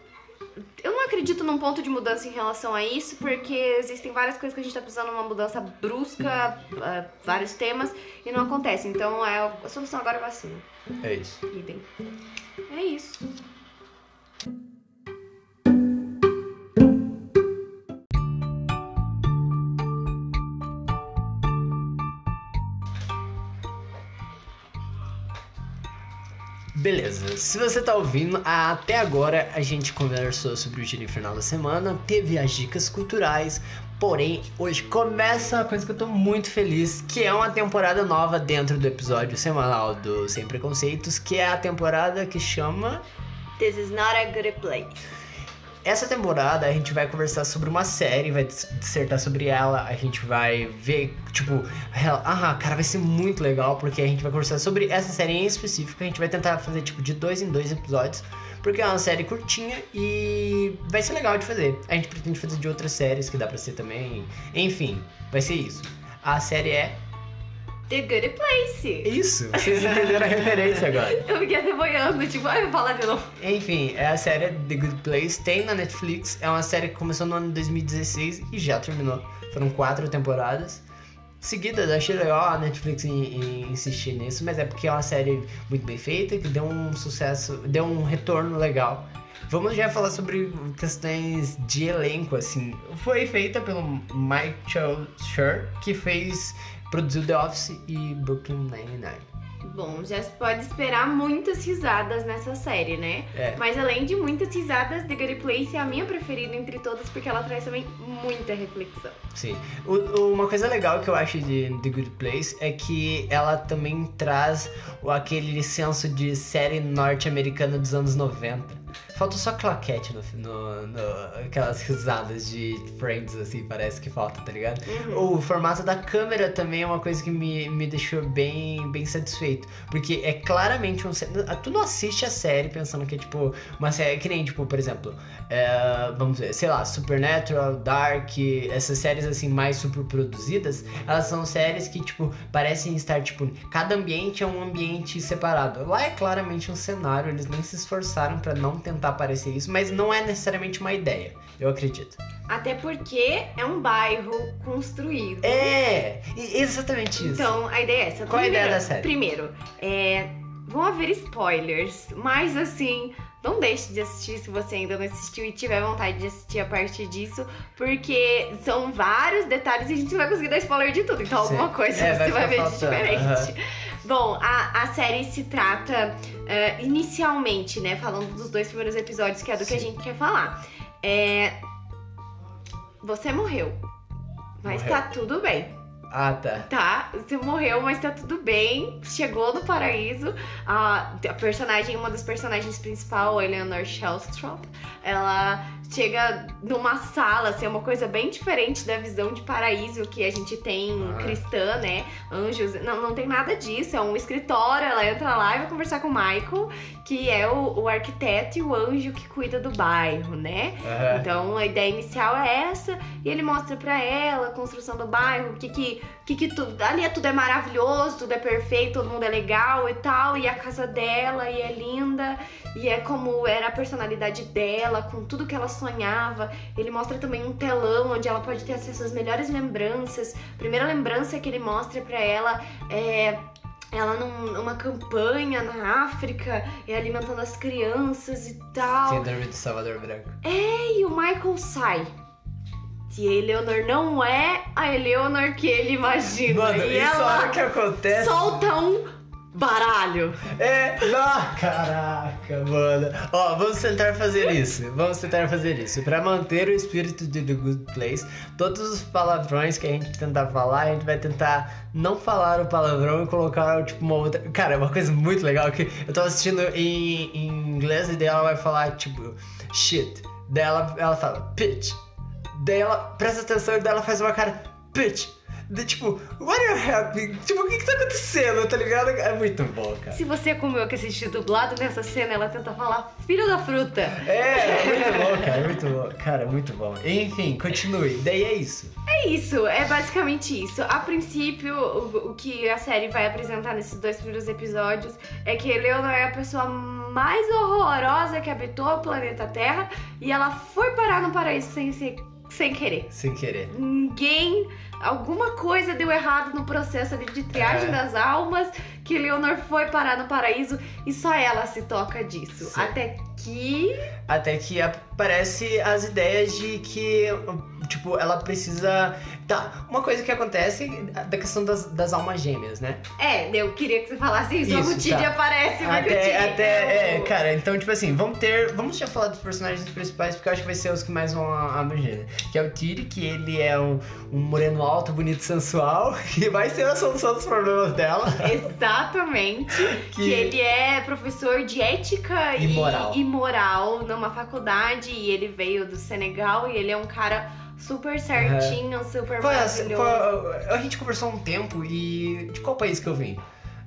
eu não acredito num ponto de mudança em relação a isso, porque existem várias coisas que a gente tá precisando de uma mudança brusca, uh, vários temas, e não acontece. Então, é, a solução agora é vacina. É isso. Idem. É isso. Beleza, se você tá ouvindo, até agora a gente conversou sobre o Giro Infernal da semana, teve as dicas culturais, porém hoje começa uma coisa que eu tô muito feliz, que é uma temporada nova dentro do episódio semanal do Sem Preconceitos, que é a temporada que chama... This is not a good place. Essa temporada a gente vai conversar sobre uma série, vai dissertar sobre ela, a gente vai ver, tipo, ah, cara, vai ser muito legal, porque a gente vai conversar sobre essa série em específico, a gente vai tentar fazer, tipo, de dois em dois episódios, porque é uma série curtinha e vai ser legal de fazer. A gente pretende fazer de outras séries que dá pra ser também, enfim, vai ser isso. A série é... The Good Place. Isso, vocês entenderam a referência agora. Eu fiquei até boiando, tipo, ai, eu vou falar de novo. Enfim, é a série The Good Place, tem na Netflix, é uma série que começou no ano de dois mil e dezesseis e já terminou. Foram quatro temporadas seguidas, achei legal a Netflix em, em insistir nisso, mas é porque é uma série muito bem feita, que deu um sucesso, deu um retorno legal. Vamos já falar sobre questões de elenco, assim. Foi feita pelo Michael Schur, que fez... produziu The Office e Brooklyn Nine-Nine. Bom, já se pode esperar muitas risadas nessa série, né? É. Mas além de muitas risadas, The Good Place é a minha preferida entre todas, porque ela traz também muita reflexão. Sim. O, o, uma coisa legal que eu acho de The Good Place é que ela também traz o, aquele senso de série norte-americana dos anos noventa. Falta só claquete no, no, no... aquelas risadas de Friends, assim, parece que falta, tá ligado? Uhum. O formato da câmera também é uma coisa que me, me deixou bem, bem satisfeito. Porque é claramente um... Tu não assiste a série pensando que é, tipo, uma série que nem, tipo, por exemplo... É, vamos ver, sei lá, Supernatural, Dark... Essas séries, assim, mais super produzidas, elas são séries que, tipo, parecem estar, tipo... Cada ambiente é um ambiente separado. Lá é claramente um cenário, eles nem se esforçaram pra não tentar parecer isso, mas não é necessariamente uma ideia, eu acredito. Até porque é um bairro construído. É, exatamente isso. Então, a ideia é essa. Qual Primeiro, a ideia da série? Primeiro, é, vão haver spoilers, mas assim, não deixe de assistir se você ainda não assistiu e tiver vontade de assistir a partir disso, porque são vários detalhes e a gente não vai conseguir dar spoiler de tudo, então Sim. alguma coisa é, você vai, vai ver de diferente. Uhum. Bom, a, a série se trata uh, inicialmente, né, falando dos dois primeiros episódios, que é do Sim. que a gente quer falar. É... Você morreu, mas morreu. Tá tudo bem. Ah, tá. Tá, você morreu, mas tá tudo bem. Chegou no paraíso. A, a personagem, uma das personagens principais, a Eleanor Shellstrop, ela chega numa sala, assim, é uma coisa bem diferente da visão de paraíso que a gente tem ah. cristã, né? Anjos, não, não tem nada disso, é um escritório, ela entra lá e vai conversar com o Michael, que é o, o arquiteto e o anjo que cuida do bairro, né? Uhum. Então, a ideia inicial é essa, e ele mostra pra ela a construção do bairro, o que que, que, que tudo, ali é, tudo é maravilhoso, tudo é perfeito, todo mundo é legal e tal, e a casa dela, e é linda, e é como era a personalidade dela, com tudo que ela sonhava. Ele mostra também um telão onde ela pode ter acesso às melhores lembranças. A primeira lembrança que ele mostra pra ela é ela num, numa campanha na África, é alimentando as crianças e tal. Síndrome de Salvador Branco. É, e o Michael sai. E a Eleanor não é a Eleanor que ele imagina. Mano, e isso ela é o que acontece. Solta um baralho. É, não, caraca, mano. Ó, vamos tentar fazer isso. Vamos tentar fazer isso. Pra manter o espírito de The Good Place, todos os palavrões que a gente tentar falar, a gente vai tentar não falar o palavrão e colocar, tipo, uma outra... Cara, é uma coisa muito legal que eu tava assistindo em, em inglês e daí ela vai falar, tipo, shit. Daí ela, ela fala, bitch. Daí ela presta atenção e daí ela faz uma cara, bitch. De, tipo, what are you happy? Tipo, o que que tá acontecendo, tá ligado? É muito bom, cara. Se você é como eu que assistiu dublado, nessa cena ela tenta falar filho da fruta. É, é muito bom, cara, é muito bom. Cara, é muito bom. Enfim, continue. Daí é isso. É isso, é basicamente isso. A princípio, o, o que a série vai apresentar nesses dois primeiros episódios é que Eleanor é a pessoa mais horrorosa que habitou o planeta Terra e ela foi parar no paraíso sem ser... Sem querer. Sem querer. Ninguém... Alguma coisa deu errado no processo ali de triagem é. das almas, que Leonor foi parar no paraíso e só ela se toca disso. Sim. Até que... Até que aparece as ideias de que tipo, ela precisa... Tá, uma coisa que acontece da questão das, das almas gêmeas, né? É, eu queria que você falasse isso, Isso, o Tid tá. aparece, porque Até, o Tid até, é, é, o... cara, então, tipo assim, vamos ter... Vamos já falar dos personagens principais, porque eu acho que vai ser os que mais vão abranger. Que é o Tid, que ele é um, um moreno alto, bonito, sensual, que vai ser a solução dos problemas dela. Exatamente. Que- que ele é professor de ética E e, moral. e moral numa faculdade, e ele veio do Senegal, e ele é um cara super certinho, super Foi, maravilhoso. foi- a gente conversou um tempo e... De qual país que eu vim?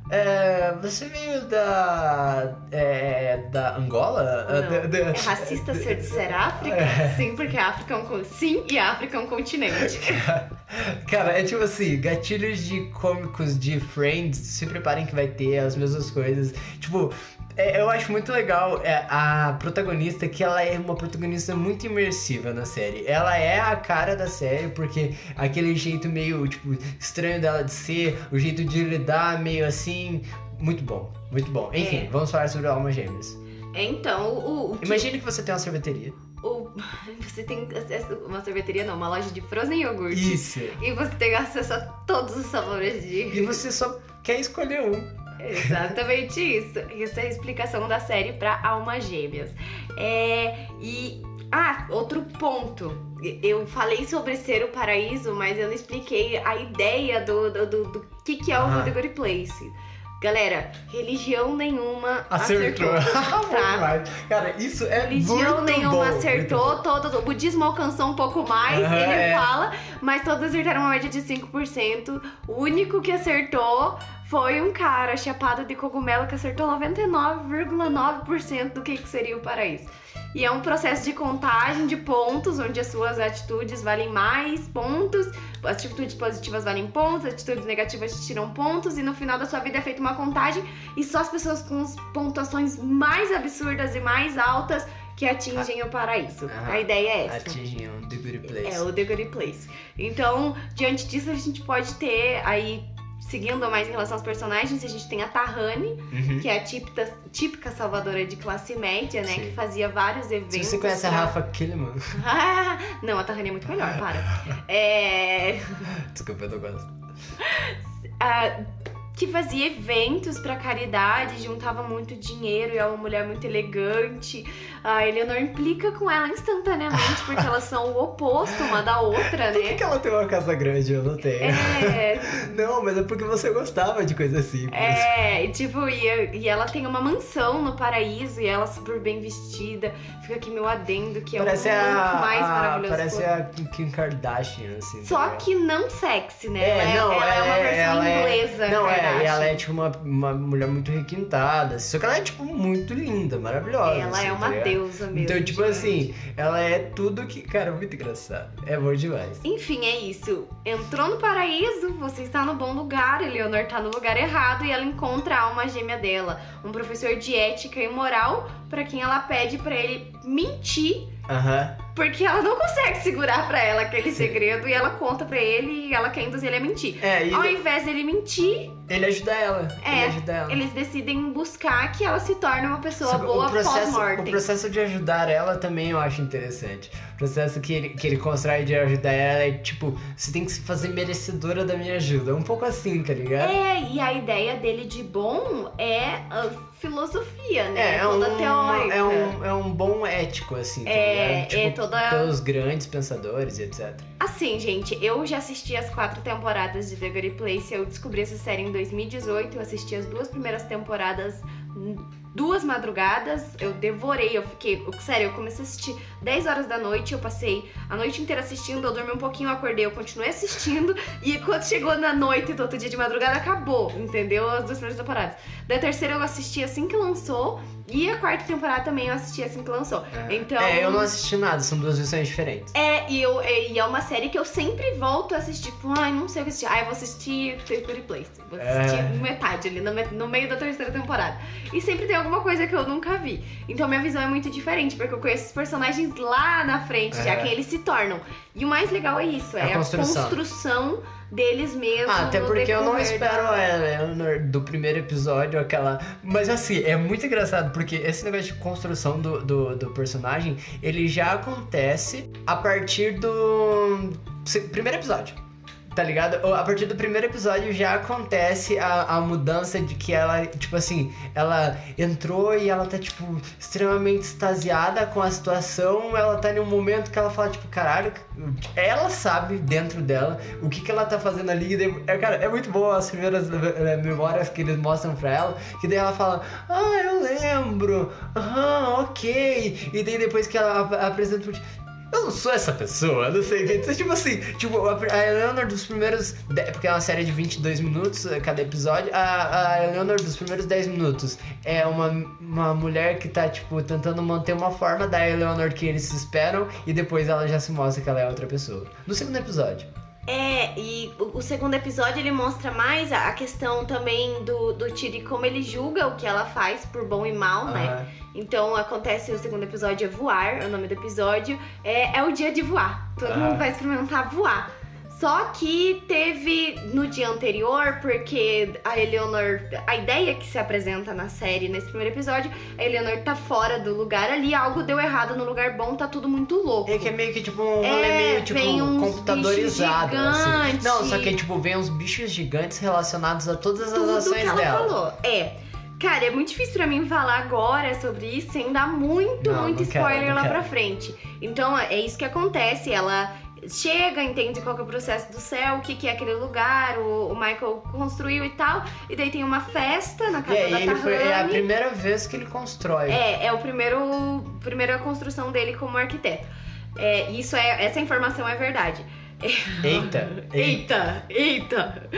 É, você veio da... É, da Angola? Não. Da- da- É racista ser de ser África? É. Sim, porque a África é um... con- Sim, e a África é um continente. Cara, é tipo assim, gatilhos de cômicos de Friends, se preparem que vai ter as mesmas coisas. Tipo, é, eu acho muito legal é, a protagonista, que ela é uma protagonista muito imersiva na série. Ela é a cara da série, porque aquele jeito meio, tipo, estranho dela de ser, o jeito de lidar meio assim, muito bom, muito bom. Enfim, É. vamos falar sobre Almas Gêmeas. Então, o... o que- Imagine que você tem uma sorveteria. o- Você tem acesso... Uma sorveteria não, uma loja de frozen iogurte. Isso. E você tem acesso a todos os sabores de... E você só quer escolher um. Exatamente isso. Essa é a explicação da série pra Almas Gêmeas. É, e. Ah, outro ponto. Eu falei sobre ser o paraíso, mas eu não expliquei a ideia do, do, do, do que, que é o Ah. The Good Place. Galera, religião nenhuma Acertou. acertou. Bom Tá? demais. Cara, isso é Religião muito nenhuma bom, acertou, muito bom. todo, o budismo alcançou um pouco mais, Aham, ele é. fala, mas todos acertaram uma média de cinco por cento. O único que acertou foi um cara chapado de cogumelo que acertou noventa e nove vírgula nove por cento do que, que seria o paraíso. E é um processo de contagem de pontos, onde as suas atitudes valem mais pontos, as atitudes positivas valem pontos, as atitudes negativas te tiram pontos, e no final da sua vida é feita uma contagem, e só as pessoas com as pontuações mais absurdas e mais altas que atingem o paraíso. Ah, A ideia é essa. Atingem o The Good Place. É o The Good Place. Então, diante disso, a gente pode ter aí, seguindo mais em relação aos personagens, a gente tem a Tahani, Uhum. que é a típica, típica salvadora de classe média, né? Sim. Que fazia vários eventos. Se você conhece a pra- Rafa Kiliman... Ah, não, a Tahani é muito melhor, para. É... Desculpa, eu não gosto. ah, que fazia eventos pra caridade, juntava muito dinheiro e é uma mulher muito elegante. A Eleanor implica com ela instantaneamente, porque elas são o oposto uma da outra, Por que, né? que ela tem uma casa grande? Eu não tenho. É, Não, mas é porque você gostava de coisa simples. É, e tipo, e, e ela tem uma mansão no paraíso e ela super bem vestida. Fica aqui meu adendo, que é Parece o a, look mais a- maravilhoso. Parece a Kim Kardashian, assim. Só tá ligado? que não sexy, né? É, ela é, não, ela é uma é- versão ela é- inglesa, Não, é, Kardashian. e ela é tipo uma, uma mulher muito requintada. Só que ela é, tipo, muito linda, maravilhosa. Ela assim, é tá uma ligado? deusa mesmo. Então, tipo gigante. assim, ela é tudo que. Cara, muito engraçado. É bom demais. Enfim, é isso. Entrou no paraíso, você está no bom lugar, Eleanor tá no lugar errado e ela encontra a alma gêmea dela, um professor de ética e moral, pra quem ela pede pra ele mentir, Aham. porque ela não consegue segurar pra ela aquele Sim. segredo e ela conta pra ele e ela quer induzir ele a mentir. É, e Ao ele, invés dele mentir, ele ajuda ela. É, ele ajuda ela. eles decidem buscar que ela se torne uma pessoa Sabe, boa o processo, o pós-mortem. processo de ajudar ela também eu acho interessante. O processo que ele, que ele constrói de ajudar ela é tipo, você tem que se fazer merecedora da minha ajuda. Um pouco assim, tá ligado? É, e a ideia dele de bom é a filosofia, né? É, é Toda um, teórica. é, um, é um bom ético, assim, tá É, ligado? Tipo, é toda- pelos grandes pensadores e etcétera. Assim, gente, eu já assisti as quatro temporadas de The Good Place. Eu descobri essa série em dois mil e dezoito. Eu assisti as duas primeiras temporadas hum, duas madrugadas. Eu devorei, eu fiquei... eu- sério, eu comecei a assistir dez horas da noite. Eu passei a noite inteira assistindo. Eu dormi um pouquinho, eu acordei, eu continuei assistindo. E quando chegou na noite do outro dia de madrugada, acabou, entendeu? As duas primeiras temporadas. Da terceira eu assisti assim que lançou. E a quarta temporada também eu assisti assim que lançou. Então... É, eu não assisti nada, são duas versões diferentes. É, e, eu, é, e é uma série que eu sempre volto a assistir. Tipo, ai, não sei o que assistir. Ai, eu vou assistir The Good Place. Vou assistir É. metade ali, no, me- no meio da terceira temporada. E sempre tem alguma coisa que eu nunca vi. Então minha visão é muito diferente, porque eu conheço os personagens lá na frente, já É. quem eles se tornam. E o mais legal é isso, é A a construção. construção deles mesmos. Ah, até no porque eu não decorrer espero da- a Eleanor do primeiro episódio, aquela... Mas assim, é muito engraçado, porque esse negócio de construção do, do, do personagem, ele já acontece a partir do... no se- primeiro episódio. Tá ligado? A partir do primeiro episódio já acontece a, a mudança de que ela, tipo assim, ela entrou e ela tá, tipo, extremamente extasiada com a situação. Ela tá em um momento que ela fala, tipo, caralho, ela sabe dentro dela o que que ela tá fazendo ali. E daí, é, cara, é muito bom as primeiras é, memórias que eles mostram pra ela. Que daí ela fala, ah, eu lembro, aham, ok. E daí depois que ela ap- apresenta o eu não sou essa pessoa, não sei o que. Então, tipo assim, tipo, a a Eleanor dos primeiros... de- Porque é uma série de vinte e dois minutos cada episódio. A, a Eleanor dos primeiros dez minutos é uma, uma mulher que tá, tipo, tentando manter uma forma da Eleanor que eles esperam. E depois ela já se mostra que ela é outra pessoa. No segundo episódio. É, e o, o segundo episódio ele mostra mais a, a questão também do, do Tyrion, como ele julga o que ela faz por bom e mal, né? Aham. Então acontece, o segundo episódio é voar, é o nome do episódio, é, é o dia de voar. Todo Ah. mundo vai experimentar voar. Só que teve no dia anterior, porque a Eleanor, a ideia que se apresenta na série, nesse primeiro episódio, a Eleanor tá fora do lugar ali, algo deu errado no lugar bom, tá tudo muito louco. É que é meio que tipo um É, rolê meio tipo vem uns computadorizado. bichos Assim. gigantes. Não, só que tipo, vem uns bichos gigantes relacionados a todas as Tudo ações que ela dela. falou. É. Cara, é muito difícil pra mim falar agora sobre isso sem dar muito, Não, muito não quero, spoiler não lá quero. pra frente. Então, é isso que acontece. Ela chega, entende qual que é o processo do céu, o que, que é aquele lugar, o, o Michael construiu e tal. E daí tem uma festa na E casa aí da ele foi, é a Tahani. primeira vez que ele constrói. É, é o primeiro, primeira construção dele como arquiteto. É, isso é, essa informação é verdade. Eita, eita, Eita, eita.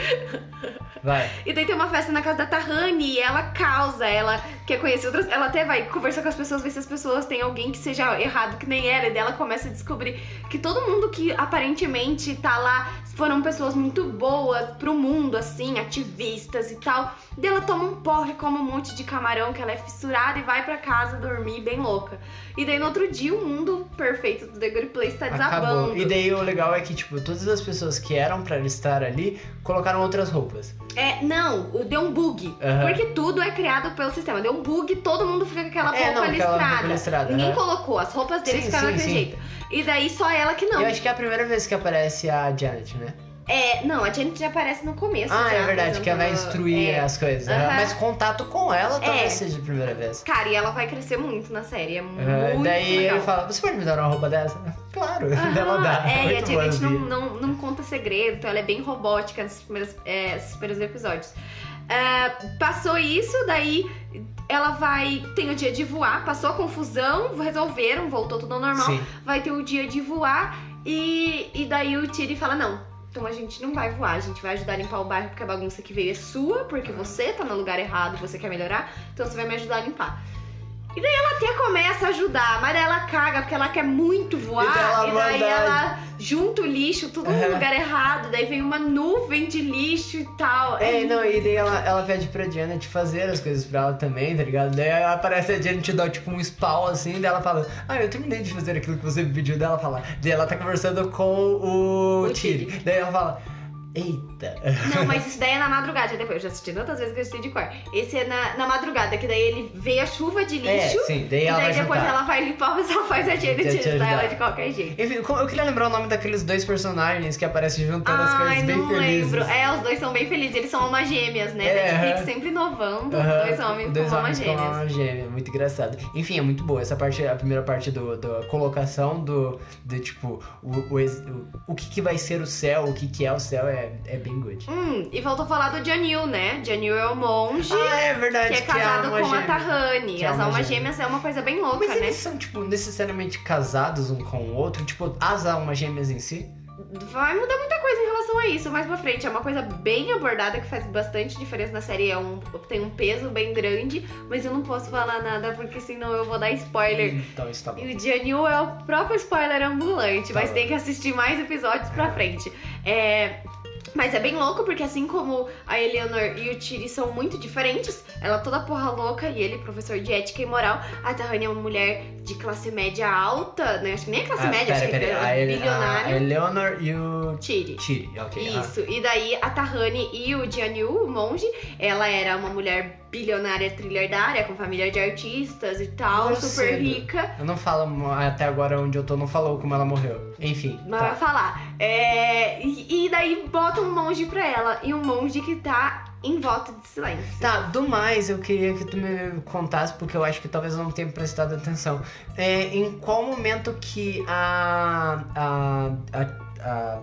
vai. E daí tem uma festa na casa da Tahani e ela causa, ela quer conhecer outras... Ela até vai conversar com as pessoas, ver se as pessoas têm alguém que seja errado que nem ela. E daí ela começa a descobrir que todo mundo que aparentemente tá lá foram pessoas muito boas pro mundo, assim, ativistas e tal. E daí ela toma um porre, come um monte de camarão, que ela é fissurada e vai pra casa dormir bem louca. E daí no outro dia o mundo perfeito do The Good Place tá desabando. Acabou. E daí o legal é que, tipo, todas as pessoas que eram pra estar ali colocaram outras roupas. É, não, o- deu um bug. Aham. Porque tudo é criado pelo sistema. Deu um bug, todo mundo fica com aquela É, roupa não, aquela listrada. roupa listrada, Ninguém aham. colocou, as roupas deles Sim, ficaram sim, daquele sim. jeito. E daí só ela que não. Eu acho que é a primeira vez que aparece a Janet, né? É, não, a Janet já aparece no começo. Ah, já, é verdade, que ela vai apresentando- instruir é. as coisas. Aham. Aham. Mas contato com ela talvez É. seja a primeira vez. Cara, e ela vai crescer muito na série, é muito Aham. Daí legal. ele fala, você pode me dar uma roupa dessa? Claro, Aham, ela dá. É, e a Muito bom Janet não, ouvir. não, não conta segredo, então ela é bem robótica nesses primeiros, é, nesses primeiros episódios. É, passou isso, daí ela vai. Tem o dia de voar, passou a confusão, resolveram, voltou tudo ao normal. Sim. Vai ter o dia de voar e, e daí o Tyrion fala: não, então a gente não vai voar, a gente vai ajudar a limpar o bairro porque a bagunça que veio é sua, porque você tá no lugar errado, você quer melhorar, então você vai me ajudar a limpar. E daí ela até começa a ajudar, mas daí ela caga porque ela quer muito voar. E daí ela E daí manda- ela junta o lixo, tudo no Aham. lugar errado. Daí vem uma nuvem de lixo e tal. É, não, e daí ela, ela pede pra Janet fazer as coisas pra ela também, tá ligado? Daí aparece a Janet e dá tipo um spawn assim, daí ela fala, ah, eu terminei de fazer aquilo que você me pediu. Daí ela fala, daí ela tá conversando com o, O Tyrion. Tyrion. Daí ela fala, eita. Não, mas isso daí é na madrugada. Depois, eu já assisti tantas vezes que eu assisti de cor. Esse é na, na madrugada, que daí ele vê a chuva de É, lixo. sim, daí E ela daí vai depois juntar. ela vai limpar, mas ela faz a Janet Te- te ajudar ela ajudar. de qualquer jeito. Enfim, como- eu queria lembrar o nome daqueles dois personagens que aparecem juntando as Ai, coisas bem não felizes. lembro. É, os dois são bem felizes. Eles são almas gêmeas, né? É, Netflix aham. sempre inovando. Aham, Dois homens dois com almas homens com gêmeas. alma gêmea, muito engraçado. Enfim, é muito boa essa parte, a primeira parte do, da colocação do, do tipo, o, o, ex- o, o que, que vai ser o céu, o que, que é o céu, é, é bem good. Hum, e faltou falar do Janil, né? Janil é o monge Ah, é verdade, que é casado alma com a gêmea. Tahani. Que é As alma almas gêmea. gêmeas é uma coisa bem louca, Mas né? eles são, tipo, necessariamente casados um com o outro? Tipo, as almas gêmeas em si? Vai mudar muita coisa em relação a isso mais pra frente. É uma coisa bem abordada que faz bastante diferença na série. É um, tem um peso bem grande, mas eu não posso falar nada porque senão eu vou dar spoiler. Então isso tá bom. E o Janil é o próprio spoiler ambulante, Tá mas bom. tem que assistir mais episódios pra frente. É. Mas é bem louco, porque assim como a Eleanor e o Tyrion são muito diferentes, ela toda porra louca e ele, professor de ética e moral, a Tahani é uma mulher de classe média alta, né? Acho que nem é classe Ah, média, pera, acho que pera, era a, Ele- a bilionária. Eleanor e o Chiri. Chiri, ok. ah. Isso, e daí a Tahani e o Jianyu, o monge, ela era uma mulher bilionária trilhardária, com família de artistas e tal, Morreu super cedo. rica. Eu não falo, até agora onde eu tô, não falou como ela morreu. Enfim, Mas tá. vai falar. É, e, e daí bota um monge pra ela, e um monge que tá em voto de silêncio. Tá, do mais, eu queria que tu me contasse, porque eu acho que talvez eu não tenha prestado atenção. É, em qual momento que a... a... a, a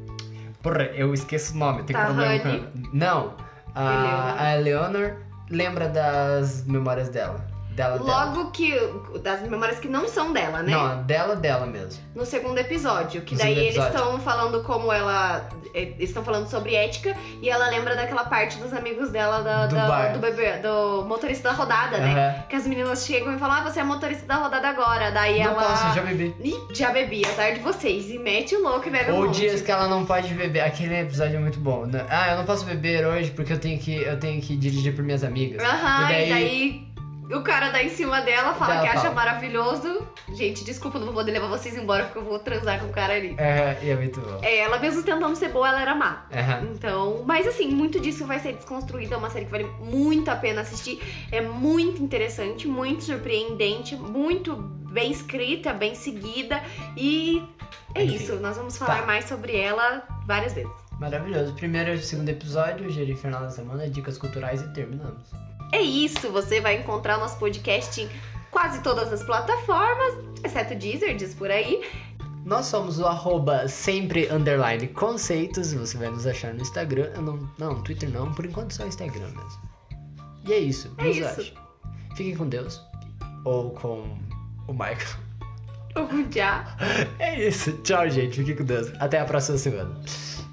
porra, eu esqueço o nome, tem problema Tahani. com... Não, a Eleanor. a Eleanor lembra das memórias dela. Dela, dela. Logo que. Das memórias que não são dela, né? Não, dela, dela mesmo. No segundo episódio, que No daí segundo eles episódio. estão falando como ela. Eles estão falando sobre ética e ela lembra daquela parte dos amigos dela da, Do da- bar. do bebê, do motorista da rodada, né? Aham. Que as meninas chegam e falam, ah, você é motorista da rodada agora. Daí Não ela. posso, já bebi. Ih, já bebi, azar de vocês. E mete o louco e bebe um Ou monte. dias que ela não pode beber. Aquele episódio é muito bom, né? Ah, eu não posso beber hoje porque eu tenho que, eu tenho que dirigir por minhas amigas. Aham, E e daí- daí, o cara dá em cima dela, fala Dela que acha fala. maravilhoso. Gente, desculpa, não vou poder levar vocês embora porque eu vou transar com o cara ali. É, e é muito bom. É, ela mesmo tentando ser boa, ela era má. Aham. Então, mas assim, muito disso vai ser desconstruído. É uma série que vale muito a pena assistir. É muito interessante, muito surpreendente, muito bem escrita, bem seguida. E é Enfim. isso. Nós vamos falar Tá. mais sobre ela várias vezes. Maravilhoso. Primeiro e segundo episódio, Geri Final da Semana, dicas culturais e terminamos. É isso. Você vai encontrar o nosso podcast em quase todas as plataformas, exceto Deezer, diz por aí. Nós somos o arroba sempre underline conceitos. Você vai nos achar no Instagram. Eu não, não, Twitter não. Por enquanto só Instagram mesmo. E é isso. É nos isso. ache. Fiquem com Deus. Ou com o Michael. Ou já. É isso. Tchau, gente. Fiquem com Deus. Até a próxima semana.